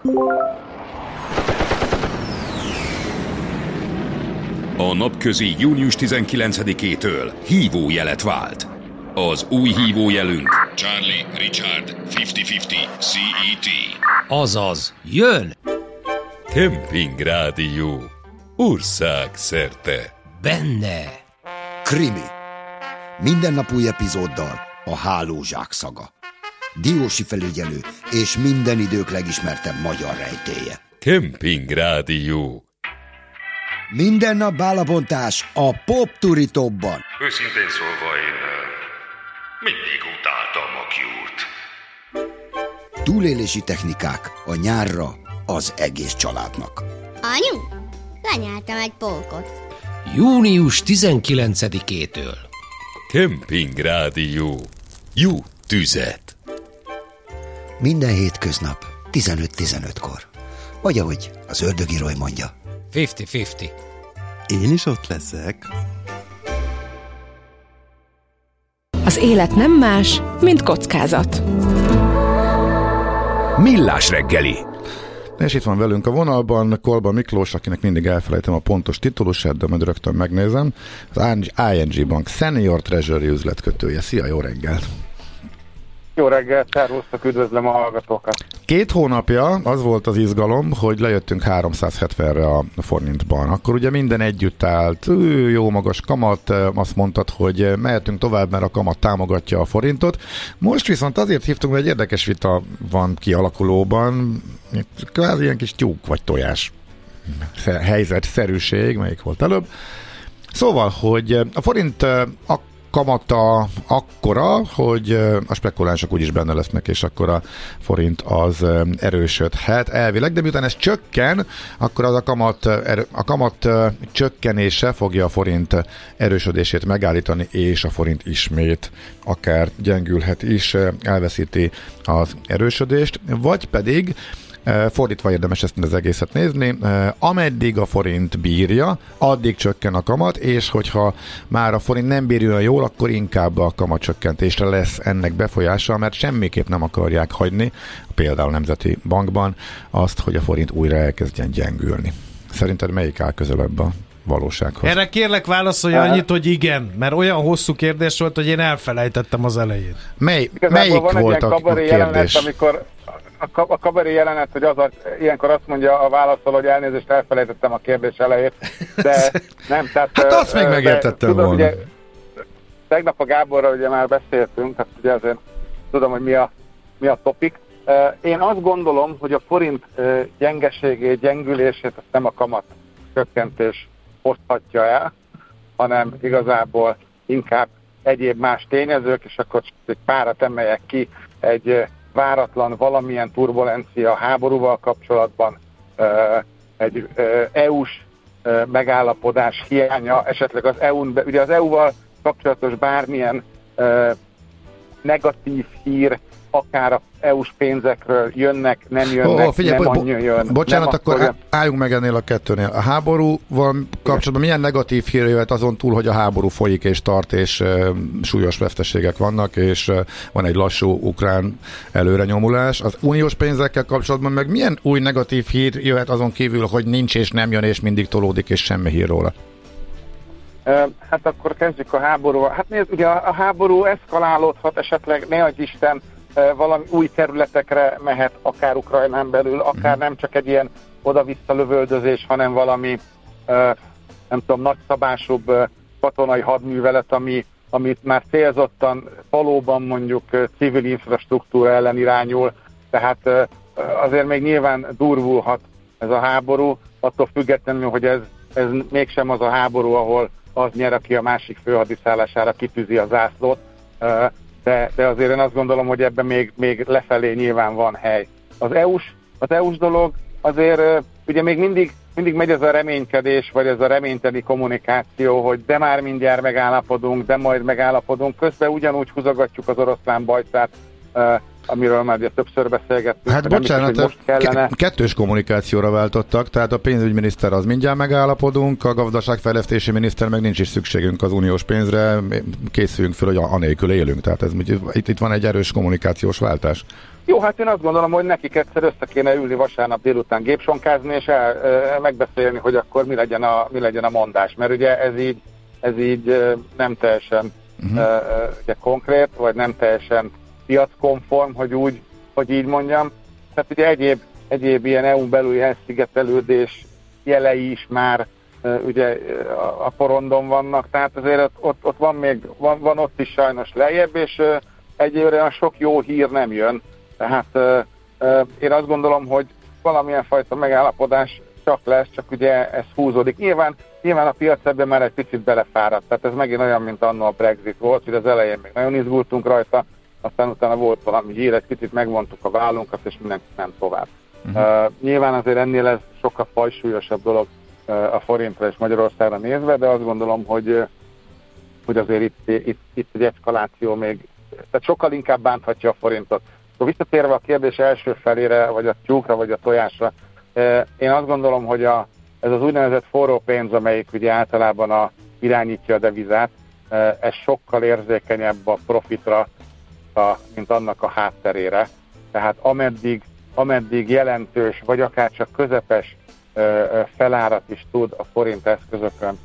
A napközi június tizenkilencedikétől hívójelet vált. Az új hívójelünk Charlie Richard ötven ötven C E T. Azaz, jön! Kemping Rádió. Ország szerte. Benne. Krimi. Minden nap új epizóddal a Hálózsák szaga. Diósi felügyelő és minden idők legismertebb magyar rejtélye. Kemping Rádió. Minden nap bálabontás a Popturi Topban. Őszintén szólva én mindig utáltam a Cure-t. Túlélési technikák a nyárra az egész családnak. Anyu, lenyáltam egy polkot. június tizenkilencedikétől. Kemping Rádió. Jó tüzet. Minden hétköznap tizenöt tizenötkor. Vagy ahogy az ördögiroly mondja. ötven-ötven. Én is ott leszek. Az élet nem más, mint kockázat. Millás reggeli. És itt van velünk a vonalban Kolba Miklós, akinek mindig elfelejtem a pontos titulusát, de majd rögtön megnézem. Az I N G Bank Senior Treasury üzletkötője. Szia, jó reggelt! Jó reggelt, szervusztok, üdvözlöm a hallgatókat! Két hónapja az volt az izgalom, hogy lejöttünk háromszázhetvenre a forintban. Akkor ugye minden együtt állt, ő, jó magas kamat, azt mondtad, hogy mehetünk tovább, mert a kamat támogatja a forintot. Most viszont azért hívtunk, hogy egy érdekes vita van kialakulóban. kvázi ilyen kis tyúk vagy tojás helyzetszerűség, melyik volt előbb. Szóval, hogy a forint a kamata akkora, hogy a spekulánsok úgyis benne lesznek, és akkor a forint az erősödhet elvileg, de miután ez csökken, akkor az a kamat, a kamat csökkenése fogja a forint erősödését megállítani, és a forint ismét akár gyengülhet is, elveszíti az erősödést, vagy pedig fordítva érdemes ezt az egészet nézni. Ameddig a forint bírja, addig csökken a kamat, és hogyha már a forint nem bírja jól, akkor inkább a kamatcsökkentésre lesz ennek befolyása, mert semmiképp nem akarják hagyni, például a Nemzeti Bankban, azt, hogy a forint újra elkezdjen gyengülni. Szerinted melyik áll közelebb a valósághoz? Erre kérlek válaszolj annyit, hogy igen, mert olyan hosszú kérdés volt, hogy én elfelejtettem az elején. Mely, melyik volt a kérdés? Jelenet, amikor a kabaré jelenet, hogy az a, ilyenkor azt mondja a válaszoló, hogy elnézést, elfelejtettem a kérdés elejét, de nem, tehát... Hát azt még megértettem volna. Ugye, tegnap a Gáborral ugye már beszéltünk, tehát ugye azért tudom, hogy mi a, mi a topik. Én azt gondolom, hogy a forint gyengeségét, gyengülését azt nem a kamat csökkentés hozhatja el, hanem igazából inkább egyéb más tényezők, és akkor csak egy párat emeljek ki, egy váratlan valamilyen turbulencia háborúval kapcsolatban, egy é u-s megállapodás hiánya, esetleg az é u-n, ugye az é u-val kapcsolatos bármilyen negatív hír, akár a é u-s pénzekről jönnek, nem jönnek, oh, figyelj, nem annyi jön. Bocsánat, nem akkor akkor álljunk meg ennél a kettőnél. A háborúval kapcsolatban milyen negatív hír jöhet azon túl, hogy a háború folyik és tart, és uh, súlyos veszteségek vannak, és uh, van egy lassú ukrán előrenyomulás. Az uniós pénzekkel kapcsolatban meg milyen új negatív hír jöhet azon kívül, hogy nincs és nem jön, és mindig tolódik, és semmi hír róla? Hát akkor kezdjük a háborúval. Hát nézd, ugye a háború eszkalálódhat, esetleg ne adj Isten, valami új területekre mehet, akár Ukrajnán belül, akár nem csak egy ilyen oda-vissza lövöldözés, hanem valami, nem tudom, nagyszabásúbb katonai hadművelet, ami, amit már célzottan valóban mondjuk civil infrastruktúra ellen irányul, tehát azért még nyilván durvulhat ez a háború, attól függetlenül, hogy ez, ez mégsem az a háború, ahol az nyer, aki a másik főhadiszállására kitűzi a zászlót, de, de azért én azt gondolom, hogy ebben még, még lefelé nyilván van hely. Az é u-s, az é u-s dolog azért ugye még mindig, mindig megy ez a reménykedés, vagy ez a reményteli kommunikáció, hogy de már mindjárt megállapodunk, de majd megállapodunk, közben ugyanúgy húzogatjuk az oroszlán bajszát, amiről már ugye többször beszélgettünk. Hát bocsánat, most kellene... kettős kommunikációra váltottak, tehát a pénzügyminiszter az mindjárt megállapodunk, a gazdaságfejlesztési miniszter meg nincs is szükségünk az uniós pénzre, készüljünk föl, hogy anélkül élünk, tehát ez, itt, itt van egy erős kommunikációs váltás. Jó, hát én azt gondolom, hogy nekik egyszer össze kéne ülni vasárnap délután gépsonkázni, és el, e, megbeszélni, hogy akkor mi legyen, a, mi legyen a mondás, mert ugye ez így, ez így nem teljesen uh-huh. e, ugye konkrét, vagy nem teljesen piackonform, hogy úgy, hogy így mondjam. Tehát ugye egyéb, egyéb ilyen é u-n belüli elszigetelődés jelei is már uh, ugye a, a porondon vannak, tehát azért ott, ott, ott van még, van, van ott is sajnos lejjebb, és uh, egyébként olyan sok jó hír nem jön. Tehát uh, uh, én azt gondolom, hogy valamilyen fajta megállapodás csak lesz, csak ugye ez húzódik. Nyilván, nyilván a piac ebben már egy picit belefáradt, tehát ez megint olyan, mint annó a Brexit volt, hogy az elején még nagyon izgultunk rajta, aztán utána volt valami hír, egy kicsit megvontuk a vállunkat, és mindenki nem tovább. Uh-huh. Uh, nyilván azért ennél ez sokkal fajsúlyosabb dolog uh, a forintra és Magyarországra nézve, de azt gondolom, hogy, uh, hogy azért itt, itt, itt egy eszkaláció még, tehát sokkal inkább bánthatja a forintot. Szóval visszatérve a kérdés első felére, vagy a tyúkra, vagy a tojásra, uh, én azt gondolom, hogy a, ez az úgynevezett forró pénz, amelyik ugye általában a, irányítja a devizát, uh, ez sokkal érzékenyebb a profitra, A, mint annak a hátterére. Tehát ameddig, ameddig jelentős, vagy akár csak közepes ö, ö, felárat is tud a forint eszközökön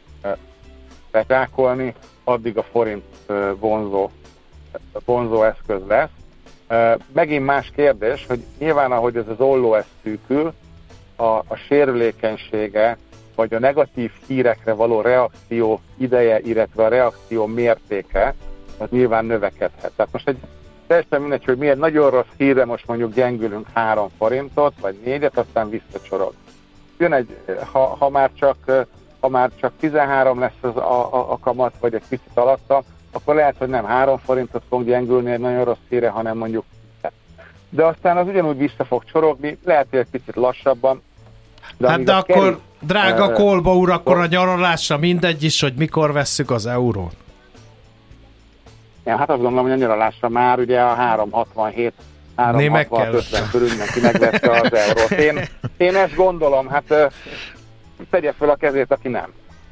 bezsákolni, addig a forint ö, vonzó, vonzó eszköz lesz. Ö, megint más kérdés, hogy nyilván ahogy ez az olló ez szűkül, a, a sérülékenysége, vagy a negatív hírekre való reakció ideje, illetve a reakció mértéke, az nyilván növekedhet. Tehát most egy teljesen mindegy, hogy milyen nagyon rossz hírre most mondjuk gyengülünk három forintot, vagy négyet, aztán visszacsorog. Jön egy, ha, ha, már csak, ha már csak tizenhárom lesz az a, a, a kamat, vagy egy picit alatta, akkor lehet, hogy nem három forintot fog gyengülni egy nagyon rossz hírre, hanem mondjuk de aztán az ugyanúgy vissza fog csorogni, lehet, hogy egy picit lassabban. De hát de akkor, kerül, drága uh, Kolba úr, akkor a nyaralásra mindegy is, hogy mikor vesszük az eurót. Ja, hát azt gondolom, hogy a nyaralásra már ugye a három hatvanhét, három hatvanöt körül mindenki megvette az eurót. Én, én ezt gondolom, hát uh, tegye fel a kezét, aki nem.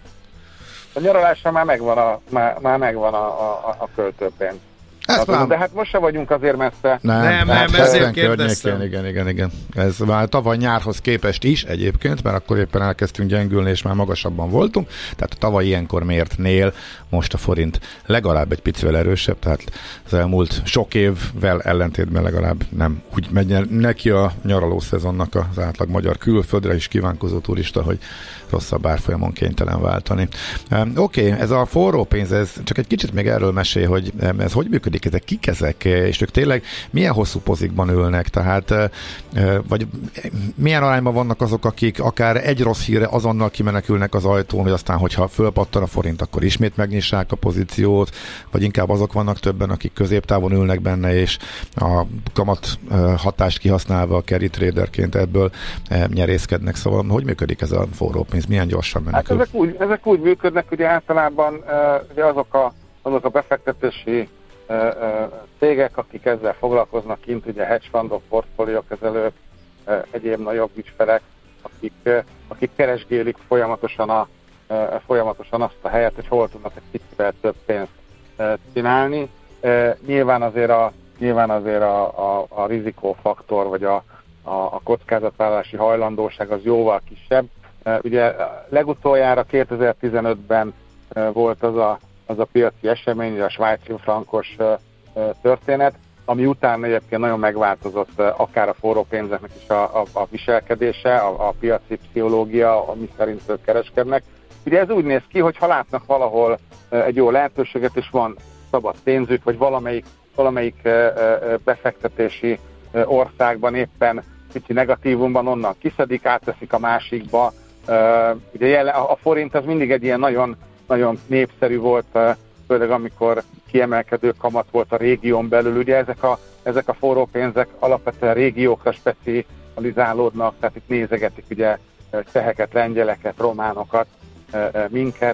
A nyaralásra már megvan a, már, már megvan a, a, a költőpénz. Tudom, de hát most se vagyunk azért messze. Nem, nem, nem ezért kérdeztem. Igen, igen, igen. Ez már tavaly nyárhoz képest is egyébként, mert akkor éppen elkezdtünk gyengülni, és már magasabban voltunk. Tehát a tavaly ilyenkor mértnél most a forint legalább egy picivel erősebb, tehát az elmúlt sok évvel ellentétben legalább nem úgy megy neki a nyaraló szezonnak az átlag magyar külföldre is kívánkozó turista, hogy rosszabb árfolyamon kénytelen váltani. Um, Oké, okay, ez a forró pénz, ez csak egy kicsit még erről mesél, hogy ez hogy működik, ezek kik ezek, és ők tényleg milyen hosszú pozikban ülnek, tehát vagy milyen arányban vannak azok, akik akár egy rossz hírre azonnal kimenekülnek az ajtón, hogy aztán, hogyha fölpattan a forint, akkor ismét megnyissák a pozíciót, vagy inkább azok vannak többen, akik középtávon ülnek benne, és a kamat hatást kihasználva a carry traderként ebből nyerészkednek. Szóval hogy működik ez a forró pénz? Milyen gyorsan menekül? Hát ezek úgy, ezek úgy működnek, hogy általában uh, ugye azok, a, azok a befektetési uh, uh, cégek, akik ezzel foglalkoznak kint, ugye hedge fundok, portfóliókezelők, uh, egyéb nagyobb ügyfelek, akik, uh, akik keresgélik folyamatosan, a, uh, folyamatosan azt a helyet, hogy hol tudnak egy kicsivel több pénzt uh, csinálni. Uh, nyilván azért a, nyilván azért a, a, a rizikófaktor, vagy a, a, a kockázatvállalási hajlandóság az jóval kisebb. Uh, ugye legutoljára kétezer-tizenötben uh, volt az a, az a piaci esemény, a svájci frankos uh, uh, történet, ami után egyébként nagyon megváltozott uh, akár a forró pénzeknek is a, a, a viselkedése, a, a piaci pszichológia, ami szerint ők kereskednek. Ugye ez úgy néz ki, hogy ha látnak valahol uh, egy jó lehetőséget, és van szabad pénzük, vagy valamelyik, valamelyik uh, uh, befektetési uh, országban éppen kicsi negatívumban, onnan kiszedik, átteszik a másikba. Uh, ugye jelen, a, a forint az mindig egy ilyen nagyon, nagyon népszerű volt, uh, főleg amikor kiemelkedő kamat volt a régión belül. Ugye ezek a, ezek a forró pénzek alapvetően régiókra specializálódnak, tehát itt nézegetik ugye cseheket, lengyeleket, románokat, uh, uh, minket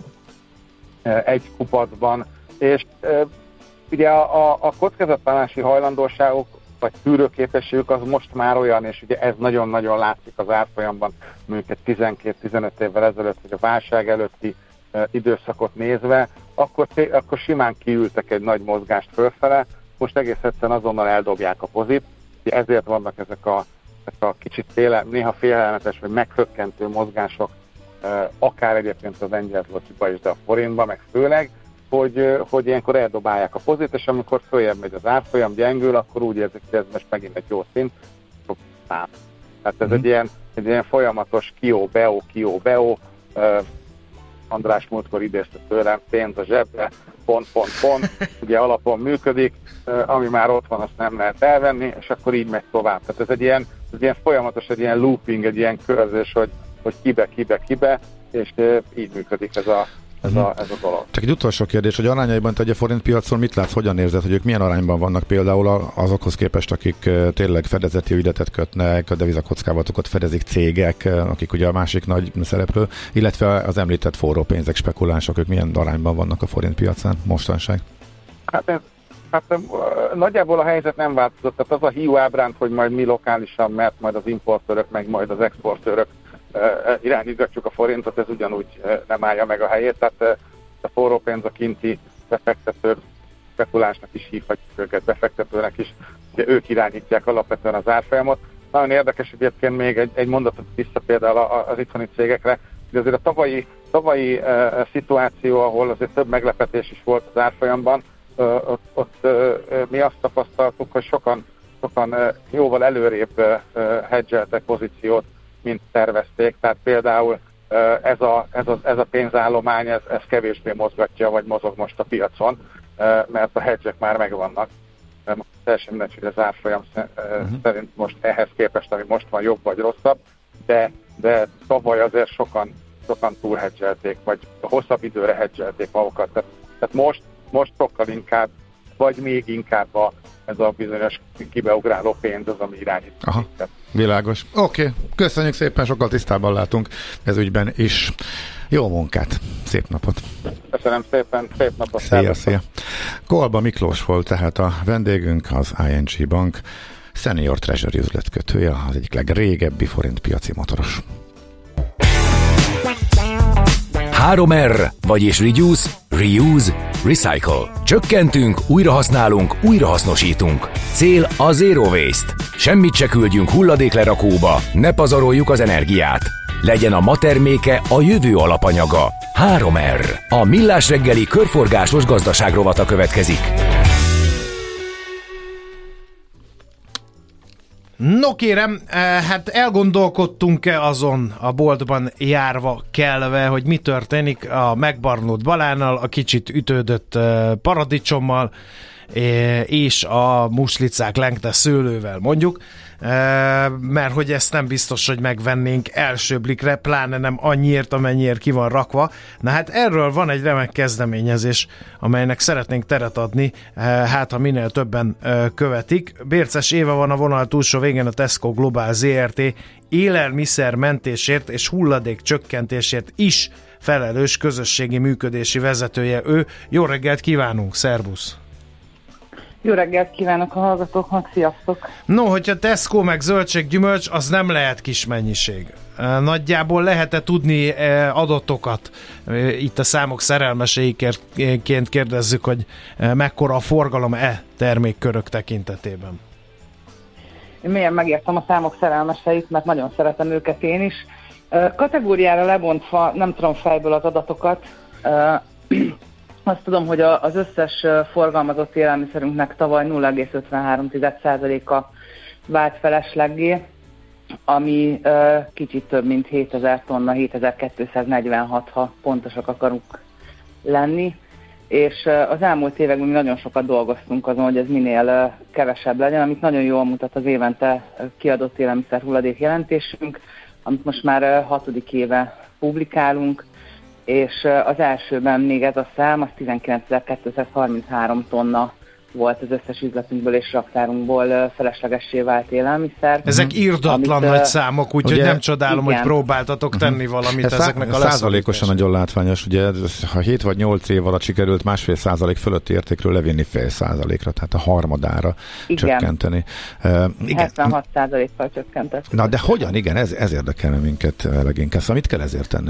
uh, egy kupacban, és uh, ugye a, a, a kockázatvállalási hajlandóságok vagy tűrőképességük az most már olyan, és ugye ez nagyon-nagyon látszik az árfolyamban, mondjuk tizenkét-tizenöt évvel ezelőtt, hogy a válság előtti uh, időszakot nézve, akkor, akkor simán kiültek egy nagy mozgást fölfele, most egész egyszerűen azonnal eldobják a pozit, ezért vannak ezek a, ezek a kicsit féle, néha félelmetes vagy meghökkentő mozgások, uh, akár egyébként az lengyel zlotyba is, de a forintba, meg főleg, Hogy, hogy ilyenkor eldobálják a pozit, és amikor följebb megy az árfolyam, gyengül, akkor úgy érzik, hogy ez most megint egy jó szint. Tehát ez mm. egy, ilyen, egy ilyen folyamatos kió-beó, kió-beó. Uh, András múltkor idézte tőlem, pénz a zsebbe, pont, pont, pont, ugye alapon működik, uh, ami már ott van, azt nem lehet elvenni, és akkor így megy tovább. Tehát ez egy ilyen, ez ilyen folyamatos, egy ilyen looping, egy ilyen körzés, hogy, hogy kibe, kibe, kibe, és uh, így működik ez a Ez a, ez a dolog. Csak egy utolsó kérdés, hogy arányaiban te egy forintpiacon mit látsz, hogyan érzed, hogy ők milyen arányban vannak például azokhoz képest, akik tényleg fedezeti ügyletet kötnek, a devizakockázatokat fedezik cégek, akik ugye a másik nagy szereplő, illetve az említett forró pénzek, spekulánsok, ők milyen arányban vannak a forintpiacon mostanság? Hát, ez, hát nagyjából a helyzet nem változott, tehát az a hiú ábránt, hogy majd mi lokálisan, mert majd az importőrök, meg majd az exportőrök irányítgatjuk a forintot, ez ugyanúgy nem állja meg a helyét, tehát a forró pénz a kinti befektető, spekulánsnak is hívhatjuk őket, befektetőnek is, ugye ők irányítják alapvetően az árfolyamot. Nagyon érdekes egyébként még egy, egy mondatot vissza például az itthoni cégekre, hogy azért a tavalyi, tavalyi uh, szituáció, ahol azért több meglepetés is volt az árfolyamban, uh, ott, ott uh, mi azt tapasztaltuk, hogy sokan, sokan uh, jóval előrébb uh, hedgeltek pozíciót, mint tervezték, tehát például ez a, ez a, ez a pénzállomány, ez, ez kevésbé mozgatja, vagy mozog most a piacon, mert a hedgek már megvannak. teljesen mindegy, hogy az árfolyam szerint most ehhez képest, ami most van, jobb vagy rosszabb, de, de tavaly azért sokan, sokan túlhedzselték, vagy hosszabb időre hedzselték magukat. Tehát, tehát most, most sokkal inkább, vagy még inkább a, ez a bizonyos kibeugráló pénz az, ami irányít. Aha, világos. Oké, okay. Köszönjük szépen, sokkal tisztában látunk ez ügyben is. Jó munkát, szép napot! Köszönöm szépen, szép napot! Szia, szia! Kolba Miklós volt tehát a vendégünk, az i en gé Bank Senior Treasury üzletkötője, az egyik legrégebbi forintpiaci motoros. három er, vagyis Reduce, Reuse, Recycle. Csökkentünk, újrahasználunk, újrahasznosítunk. Cél a Zero Waste. Semmit se küldjünk hulladéklerakóba, ne pazaroljuk az energiát. Legyen a ma terméke a jövő alapanyaga. három er. A Millás reggeli körforgásos gazdaságrovata következik. No kérem, hát elgondolkodtunk-e azon a boltban járva kelve, hogy mi történik a megbarnult balánnal, a kicsit ütődött paradicsommal és a muslicák lengte szőlővel mondjuk, mert hogy ezt nem biztos, hogy megvennénk első blikre, pláne nem annyiért, amennyiért ki van rakva. Na hát erről van egy remek kezdeményezés, amelynek szeretnénk teret adni, hát ha minél többen követik. Bérces Éva van a vonal túlsó végén, a Tesco Global zé er té élelmiszer mentésért és hulladék csökkentésért is felelős közösségi működési vezetője ő. Jó reggelt kívánunk, szervusz! Jó reggelt kívánok a hallgatóknak, sziasztok! No, hogyha Tesco meg zöldséggyümölcs, az nem lehet kis mennyiség. Nagyjából lehet-e tudni adatokat? Itt a számok szerelmeseiként kérdezzük, hogy mekkora a forgalom e termékkörök tekintetében. Én mélyen megértem a számok szerelmeseit, mert nagyon szeretem őket én is. Kategóriára lebontva nem tudom fejből az adatokat. Azt tudom, hogy az összes forgalmazott élelmiszerünknek tavaly nulla egész ötvenhárom százaléka vált felesleggé, ami kicsit több mint hétezer tonna, hétezer-kétszáznegyvenhat, ha pontosak akarunk lenni, és az elmúlt években mi nagyon sokat dolgoztunk azon, hogy ez minél kevesebb legyen, amit nagyon jól mutat az évente kiadott élelmiszer hulladék jelentésünk, amit most már hatodik éve publikálunk, és az elsőben még ez a szám, az tizenkilencezer-kétszázharminchárom tonna volt az összes üzletünkből és raktárunkból feleslegessé vált élelmiszer. Ezek irdatlan amit, nagy számok, úgyhogy nem csodálom, igen, hogy próbáltatok tenni valamit ez ezeknek a százalékosan nagyon látványos, ugye ha hét vagy nyolc év alatt sikerült másfél százalék fölötti értékről levinni fél százalékra, tehát a harmadára igen. csökkenteni. Uh, igen. hetvenhat százalékkal csökkentett. Na de hogyan? Igen, ez, ez érdekelne minket leginkább. Szóval mit kell ezért tenni?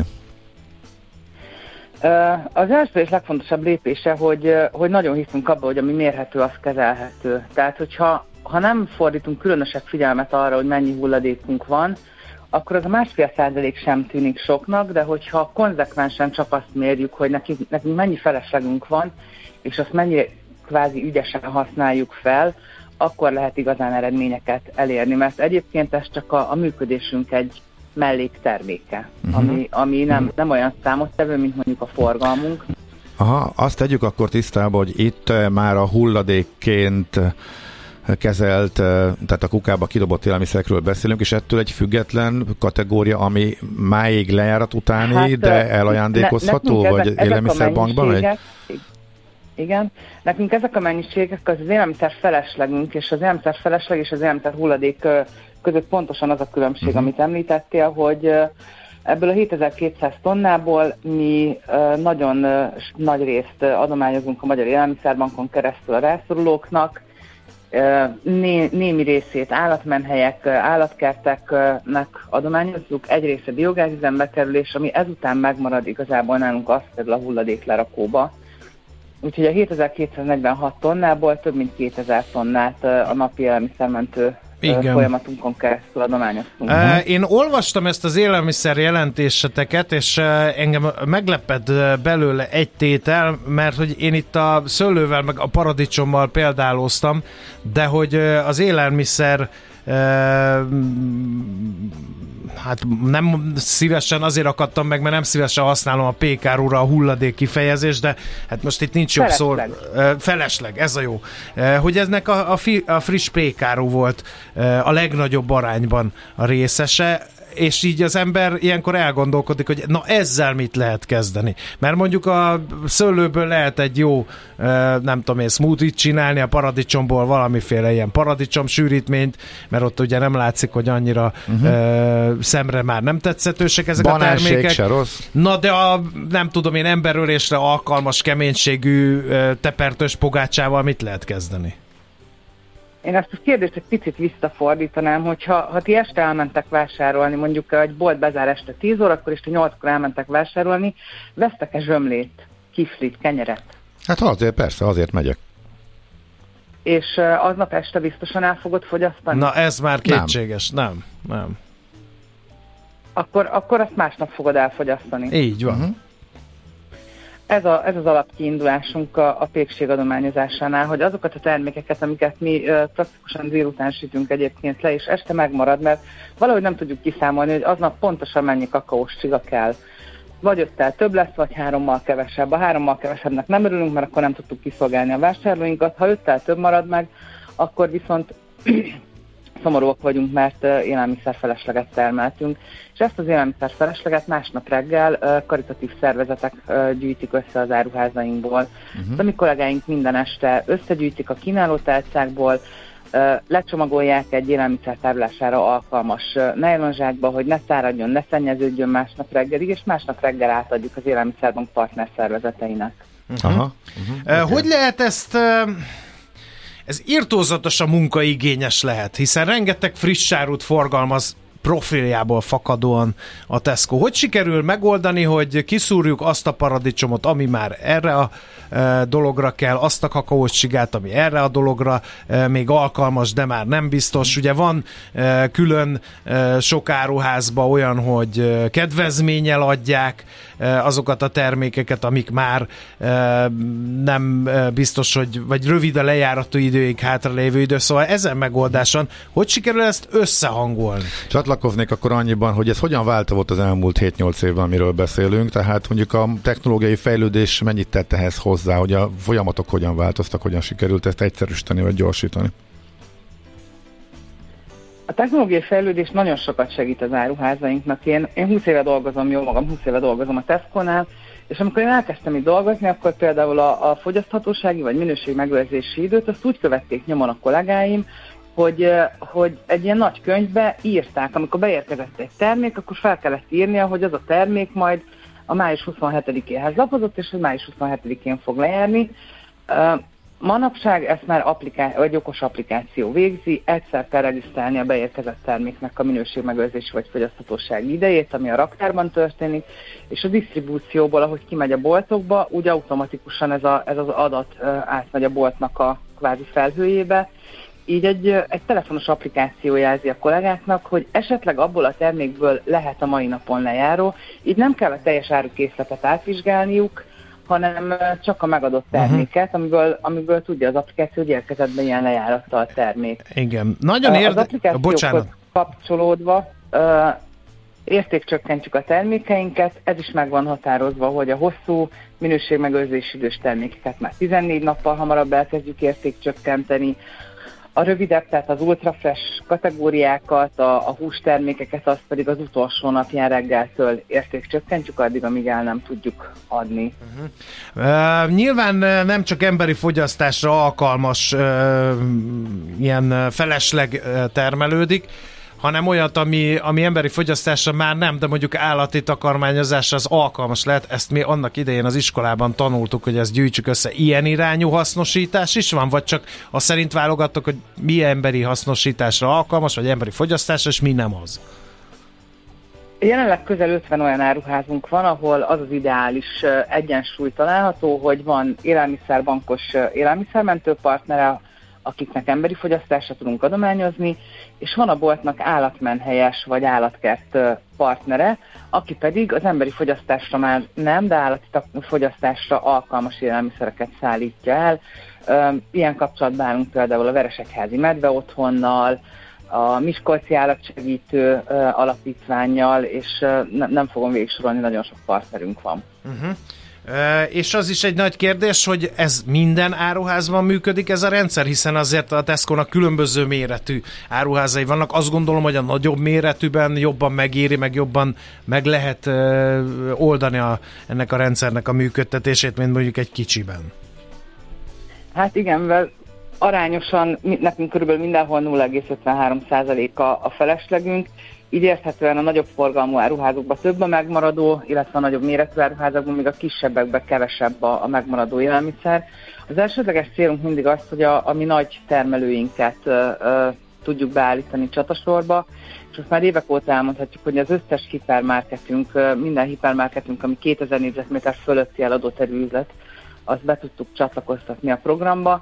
Az első és legfontosabb lépése, hogy, hogy nagyon hiszünk abba, hogy ami mérhető, az kezelhető. Tehát, hogyha ha nem fordítunk különösebb figyelmet arra, hogy mennyi hulladékunk van, akkor az a másfél százalék sem tűnik soknak, de hogyha konzekvensen csak azt mérjük, hogy nekünk, nekünk mennyi feleslegünk van, és azt mennyire kvázi ügyesen használjuk fel, akkor lehet igazán eredményeket elérni, mert egyébként ez csak a, a működésünk egy mellékterméke, uh-huh. ami, ami nem, nem olyan számottevő, mint mondjuk a forgalmunk. Aha, azt tegyük akkor tisztába, hogy itt már a hulladékként kezelt, tehát a kukába kidobott élelmiszerekről beszélünk, és ettől egy független kategória, ami máig lejárat utáni, hát, de elajándékozható, ne, vagy élelmiszerbankban megy? Igen. Nekünk ezek a mennyiségek az, az élelmiszer feleslegünk, és az élelmiszer felesleg és az élelmiszer hulladék között pontosan az a különbség, uh-huh. amit említettél, hogy ebből a hétezer-kétszáz tonnából mi nagyon nagy részt adományozunk a Magyar Élelmiszerbankon keresztül a rászorulóknak, Né, némi részét állatmenhelyek, állatkerteknek adományozzuk, egy része biogázüzembe kerül, és ami ezután megmarad, igazából nálunk azt kerül a hulladéklerakóba. Úgyhogy a hétezer-kétszáznegyvenhat tonnából több mint kétezer tonnát a napi élelmiszermentő igen. folyamatunkon keresztül adományoztunk. Uh, én olvastam ezt az élelmiszer jelentéseteket, és uh, engem meglepett belőle egy tétel, mert hogy én itt a szőlővel meg a paradicsommal példáloztam, de hogy uh, az élelmiszer hát nem szívesen azért akadtam meg, mert nem szívesen használom a pé ká er-ra a hulladék kifejezést, de hát most itt nincs jobb szó. Felesleg, ez a jó. Hogy eznek a, a, fi, a friss pé ká er volt a legnagyobb arányban a részese, és így az ember ilyenkor elgondolkodik, hogy na ezzel mit lehet kezdeni. Mert mondjuk a szőlőből lehet egy jó, nem tudom én, smoothie-t csinálni, a paradicsomból valamiféle ilyen paradicsom sűrítményt, mert ott ugye nem látszik, hogy annyira uh-huh. szemre már nem tetszetősek ezek Banánség a termékek. Se rossz. Na de a, nem tudom én, emberölésre alkalmas keménységű tepertős pogácsával mit lehet kezdeni? Én ezt a kérdést egy picit visszafordítanám, hogyha ha ti este elmentek vásárolni, mondjuk egy bolt bezár este tíz órakor, és ti nyolckor elmentek vásárolni, vesztek-e zsömlét, kiflit, kenyeret? Hát azért, persze, azért megyek. És aznap este biztosan el fogod fogyasztani? Na ez már kétséges, nem, nem. nem. Akkor, akkor azt másnap fogod elfogyasztani. Így van. Uh-huh. Ez, a, ez az alapkiindulásunk a, a pékség adományozásánál, hogy azokat a termékeket, amiket mi uh, praktikusan délután sütünk egyébként le, és este megmarad, mert valahogy nem tudjuk kiszámolni, hogy aznap pontosan mennyi kakaós csiga kell. Vagy öttel több lesz, vagy hárommal kevesebb. A hárommal kevesebbnek nem örülünk, mert akkor nem tudtuk kiszolgálni a vásárlóinkat. Ha öttel több marad meg, akkor viszont szomorúak vagyunk, mert élelmiszerfelesleget termeltünk, és ezt az élelmiszerfelesleget másnap reggel karitatív szervezetek gyűjtik össze az áruházainkból. Uh-huh. A mi kollégáink minden este összegyűjtik a kínálótálcákból, lecsomagolják egy élelmiszer tárolására alkalmas nejlonzsákba, hogy ne száradjon, ne szennyeződjön másnap reggelig, és másnap reggel átadjuk az élelmiszerbank partner szervezeteinek. Uh-huh. Uh-huh. Uh, okay. Hogy lehet ezt... Uh... Ez irtózatosan munkaigényes lehet, hiszen rengeteg friss árut forgalmaz profiljából fakadóan a Tesco. Hogy sikerül megoldani, hogy kiszúrjuk azt a paradicsomot, ami már erre a e, dologra kell, azt a kakaós csigát, ami erre a dologra e, még alkalmas, de már nem biztos. Ugye van e, külön e, sok áruházban olyan, hogy e, kedvezménnyel adják e, azokat a termékeket, amik már e, nem e, biztos, hogy vagy rövid a lejárató időig hátralévő idő. Szóval ezen megoldáson hogy sikerül ezt összehangolni? Csatlakoznék akkor annyiban, hogy ez hogyan változott az elmúlt hét-nyolc évben, amiről beszélünk, tehát mondjuk a technológiai fejlődés mennyit tett ehhez hozzá, hogy a folyamatok hogyan változtak, hogyan sikerült ezt egyszerűsíteni vagy gyorsítani? A technológiai fejlődés nagyon sokat segít az áruházainknak. Én, én húsz éve dolgozom, jó magam, húsz éve dolgozom a Tesco-nál, és amikor én elkezdtem itt dolgozni, akkor például a, a fogyaszthatósági vagy minőség megőrzési időt azt úgy követték nyomon a kollégáim, Hogy, hogy egy ilyen nagy könyvbe írták, amikor beérkezett egy termék, akkor fel kellett írnia, hogy az a termék majd a május huszonhetedikéhez lapozott, és hogy május huszonhetedikén fog lejárni. Manapság ezt már appliká- vagy okos applikáció végzi, egyszer kell regisztrálni a beérkezett terméknek a minőségmegőrzési vagy fogyaszthatósági idejét, ami a raktárban történik, és a disztribúcióból, ahogy kimegy a boltokba, úgy automatikusan ez, a, ez az adat átmegy a boltnak a kvázi felhőjébe. Így egy, egy telefonos applikáció jelzi a kollégáknak, hogy esetleg abból a termékből lehet a mai napon lejáró, így nem kell a teljes árukészletet átvizsgálniuk, hanem csak a megadott terméket, uh-huh. amiből, amiből tudja az applikáció, hogy érkezett be ilyen lejárattal a termék. Igen, nagyon érdekes. Az applikációkhoz kapcsolódva uh, értékcsökkentjük a termékeinket, ez is meg van határozva, hogy a hosszú minőségmegőrzési idős termékeket már tizennégy nappal hamarabb elkezdjük értékcsökkenteni, a rövidebb, tehát az ultrafresh kategóriákat, a, a hústermékeket, azt pedig az utolsó napján reggeltől értékcsökkentjük, addig, amíg el nem tudjuk adni. Uh-huh. Uh, nyilván nem csak emberi fogyasztásra alkalmas uh, ilyen felesleg termelődik, hanem olyat, ami, ami emberi fogyasztásra már nem, de mondjuk állati takarmányozásra az alkalmas lehet. Ezt mi annak idején az iskolában tanultuk, hogy ezt gyűjtsük össze. Ilyen irányú hasznosítás is van, vagy csak azt szerint válogattok, hogy mi emberi hasznosításra alkalmas, vagy emberi fogyasztásra, és mi nem az? Jelenleg közel ötven olyan áruházunk van, ahol az az ideális egyensúly található, hogy van élelmiszerbankos élelmiszermentő partnere, akiknek emberi fogyasztásra tudunk adományozni, és van a boltnak állatmenhelyes vagy állatkert partnere, aki pedig az emberi fogyasztásra már nem, de állati fogyasztásra alkalmas élelmiszereket szállítja el. Ilyen kapcsolatban állunk például a Veresegyházi Medve Otthonnal, a Miskolci Állatsegítő alapítvánnyal, és ne, nem fogom végigsorolni, nagyon sok partnerünk van. Uh-huh. Uh, és az is egy nagy kérdés, hogy ez minden áruházban működik ez a rendszer, hiszen azért a Tesco-nak különböző méretű áruházai vannak. Azt gondolom, hogy a nagyobb méretűben jobban megéri, meg jobban meg lehet uh, oldani a, ennek a rendszernek a működtetését, mint mondjuk egy kicsiben. Hát igen, mivel arányosan nekünk körülbelül mindenhol nulla egész ötvenhárom százalék a, a feleslegünk, így érthetően a nagyobb forgalmú áruházakban több a megmaradó, illetve a nagyobb méretű áruházakban, még a kisebbekben kevesebb a, a megmaradó élelmiszer. Az elsődleges célunk mindig az, hogy a, a mi nagy termelőinket ö, ö, tudjuk beállítani csatasorba, és most már évek óta elmondhatjuk, hogy az összes hipermarketünk, ö, minden hipermarketünk, ami kétezer négyzetméter fölötti eladó terület, azt be tudtuk csatlakoztatni a programba.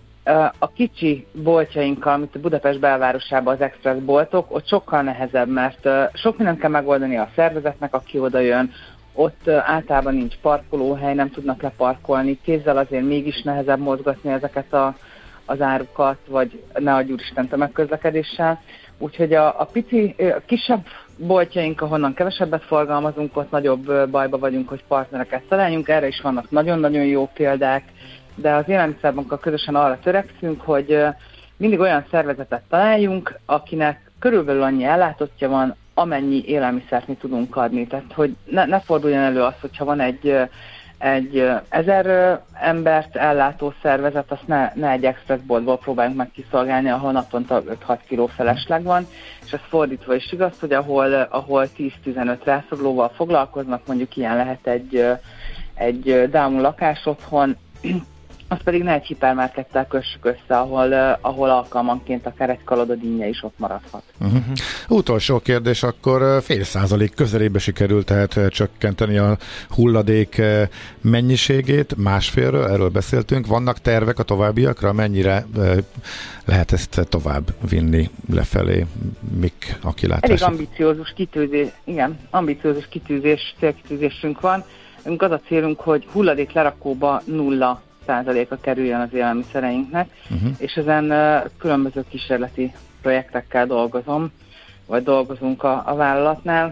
A kicsi boltjainkkal, amit a Budapest belvárosában az express boltok, ott sokkal nehezebb, mert sok mindent kell megoldani a szervezetnek, aki oda jön, ott általában nincs parkolóhely, nem tudnak leparkolni, kézzel azért mégis nehezebb mozgatni ezeket a, az árukat, vagy ne adj úristen tömegközlekedéssel. Úgyhogy a, a pici, a kisebb boltjaink, ahonnan kevesebbet forgalmazunk, ott nagyobb bajba vagyunk, hogy partnereket találjunk, erre is vannak nagyon-nagyon jó példák, de az élelmiszerbankkal közösen arra törekszünk, hogy mindig olyan szervezetet találjunk, akinek körülbelül annyi ellátottja van, amennyi élelmiszert mi tudunk adni. Tehát, hogy ne, ne forduljon elő az, hogyha van egy, egy ezer embert ellátó szervezet, azt ne, ne egy expressboltból próbáljunk meg kiszolgálni, ahol naponta öt-hat kiló felesleg van, és ez fordítva is igaz, hogy ahol, ahol tíz-tizenöt rászorulóval foglalkoznak, mondjuk ilyen lehet egy, egy dámú lakás otthon, azt pedig ne egy hipermarkettel kössük össze, ahol, uh, ahol alkalmanként akár egy kalodadinnye is ott maradhat. Uh-huh. Utolsó kérdés, akkor fél százalék közelébe sikerült tehát csökkenteni a hulladék mennyiségét másfélről, erről beszéltünk. Vannak tervek a továbbiakra, mennyire uh, lehet ezt tovább vinni lefelé, mik a kilátások? Elég ambiciózus kitűzés, igen, ambiciózus kitűzés, célkitűzésünk van. Az a célunk, hogy hulladék lerakóba nulla százaléka kerüljön az élelmiszereinknek, uh-huh. és ezen uh, különböző kísérleti projektekkel dolgozom, vagy dolgozunk a, a vállalatnál.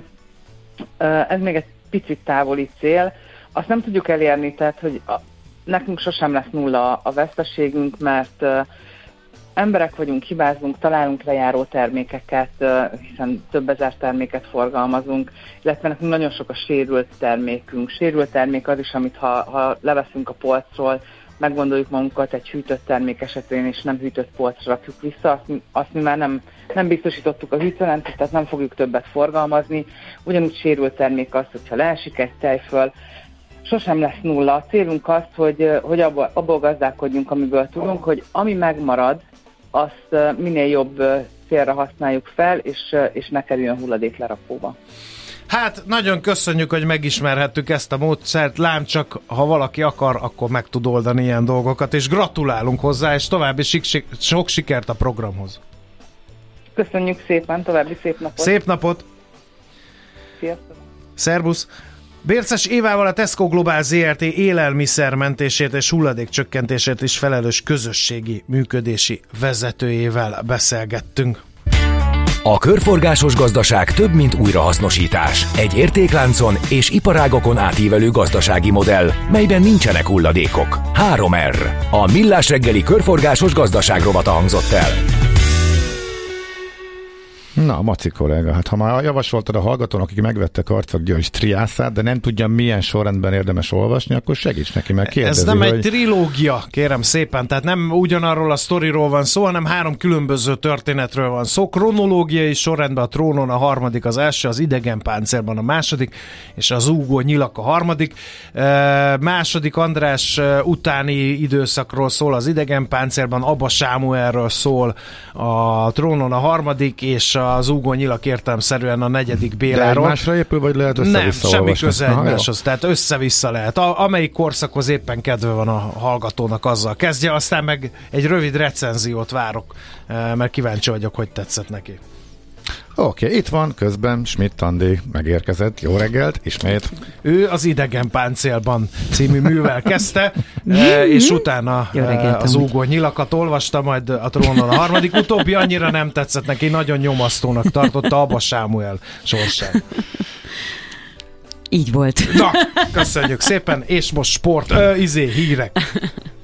Uh, ez még egy picit távoli cél. Azt nem tudjuk elérni, tehát, hogy a, nekünk sosem lesz nulla a, a veszteségünk, mert uh, emberek vagyunk, hibázunk, találunk lejáró termékeket, uh, hiszen több ezer terméket forgalmazunk, illetve nekünk nagyon sok a sérült termékünk. Sérült termék az is, amit ha, ha leveszünk a polcról, meggondoljuk magunkat egy hűtött termék esetén, és nem hűtött polcra rakjuk vissza, azt, azt mi már nem, nem biztosítottuk a hűtőlentet, tehát nem fogjuk többet forgalmazni. Ugyanúgy sérült termék az, hogyha leesik egy tejföl, sosem lesz nulla. A célunk az, hogy, hogy abból, abból gazdálkodjunk, amiből tudunk, hogy ami megmarad, azt minél jobb célra használjuk fel, és, és ne kerüljön hulladék lerakóba. Hát nagyon köszönjük, hogy megismerhettük ezt a módszert, lám csak ha valaki akar, akkor meg tud oldani ilyen dolgokat, és gratulálunk hozzá, és további sik- sok sikert a programhoz. Köszönjük szépen, további szép napot! Szép napot! Sziasztok! Szerbusz! Bérces Évával, a Tesco Globál zé er té élelmiszermentésért és hulladékcsökkentésért is felelős közösségi működési vezetőjével beszélgettünk. A körforgásos gazdaság több, mint újrahasznosítás. Egy értékláncon és iparágokon átívelő gazdasági modell, melyben nincsenek hulladékok. három er. A Millás reggeli körforgásos gazdaság rovata hangzott el. Na, Maci kolléga, hát ha már javasoltad a hallgatónak, akik megvettek Arcak György triászát, de nem tudja, milyen sorrendben érdemes olvasni, akkor segíts neki, mert kérdezi, ez nem hogy... egy trilógia, kérem szépen, tehát nem ugyanarról a sztoriról van szó, hanem három különböző történetről van szó. Kronológiai sorrendben a Trónon a harmadik az első, az Idegen páncélban a második, és az Úgó nyilak a harmadik. E, második András utáni időszakról szól az Idegen páncélban, Abba Sámuelről szól a Trónon a harmadik, és az Úgó nyilak értelemszerűen a negyedik Béláról. De egymásra épül, vagy lehet össze-vissza Nem, olvasni? semmi köze egymáshoz, tehát össze-vissza lehet. A, amelyik korszakhoz éppen kedve van a hallgatónak, azzal kezdje, aztán meg egy rövid recenziót várok, mert kíváncsi vagyok, hogy tetszett neki. Oké, okay, itt van közben Schmidt Andi megérkezett. Jó reggelt, ismét. Ő az Idegen páncélban című művel kezdte, és utána az úgó nyilakat olvasta, majd a trónon a harmadik. Utóbbi annyira nem tetszett neki, nagyon nyomasztónak tartotta Abba Sámuel sorsát. Így volt. Na, köszönjük szépen, és most sport, ö, izé, hírek.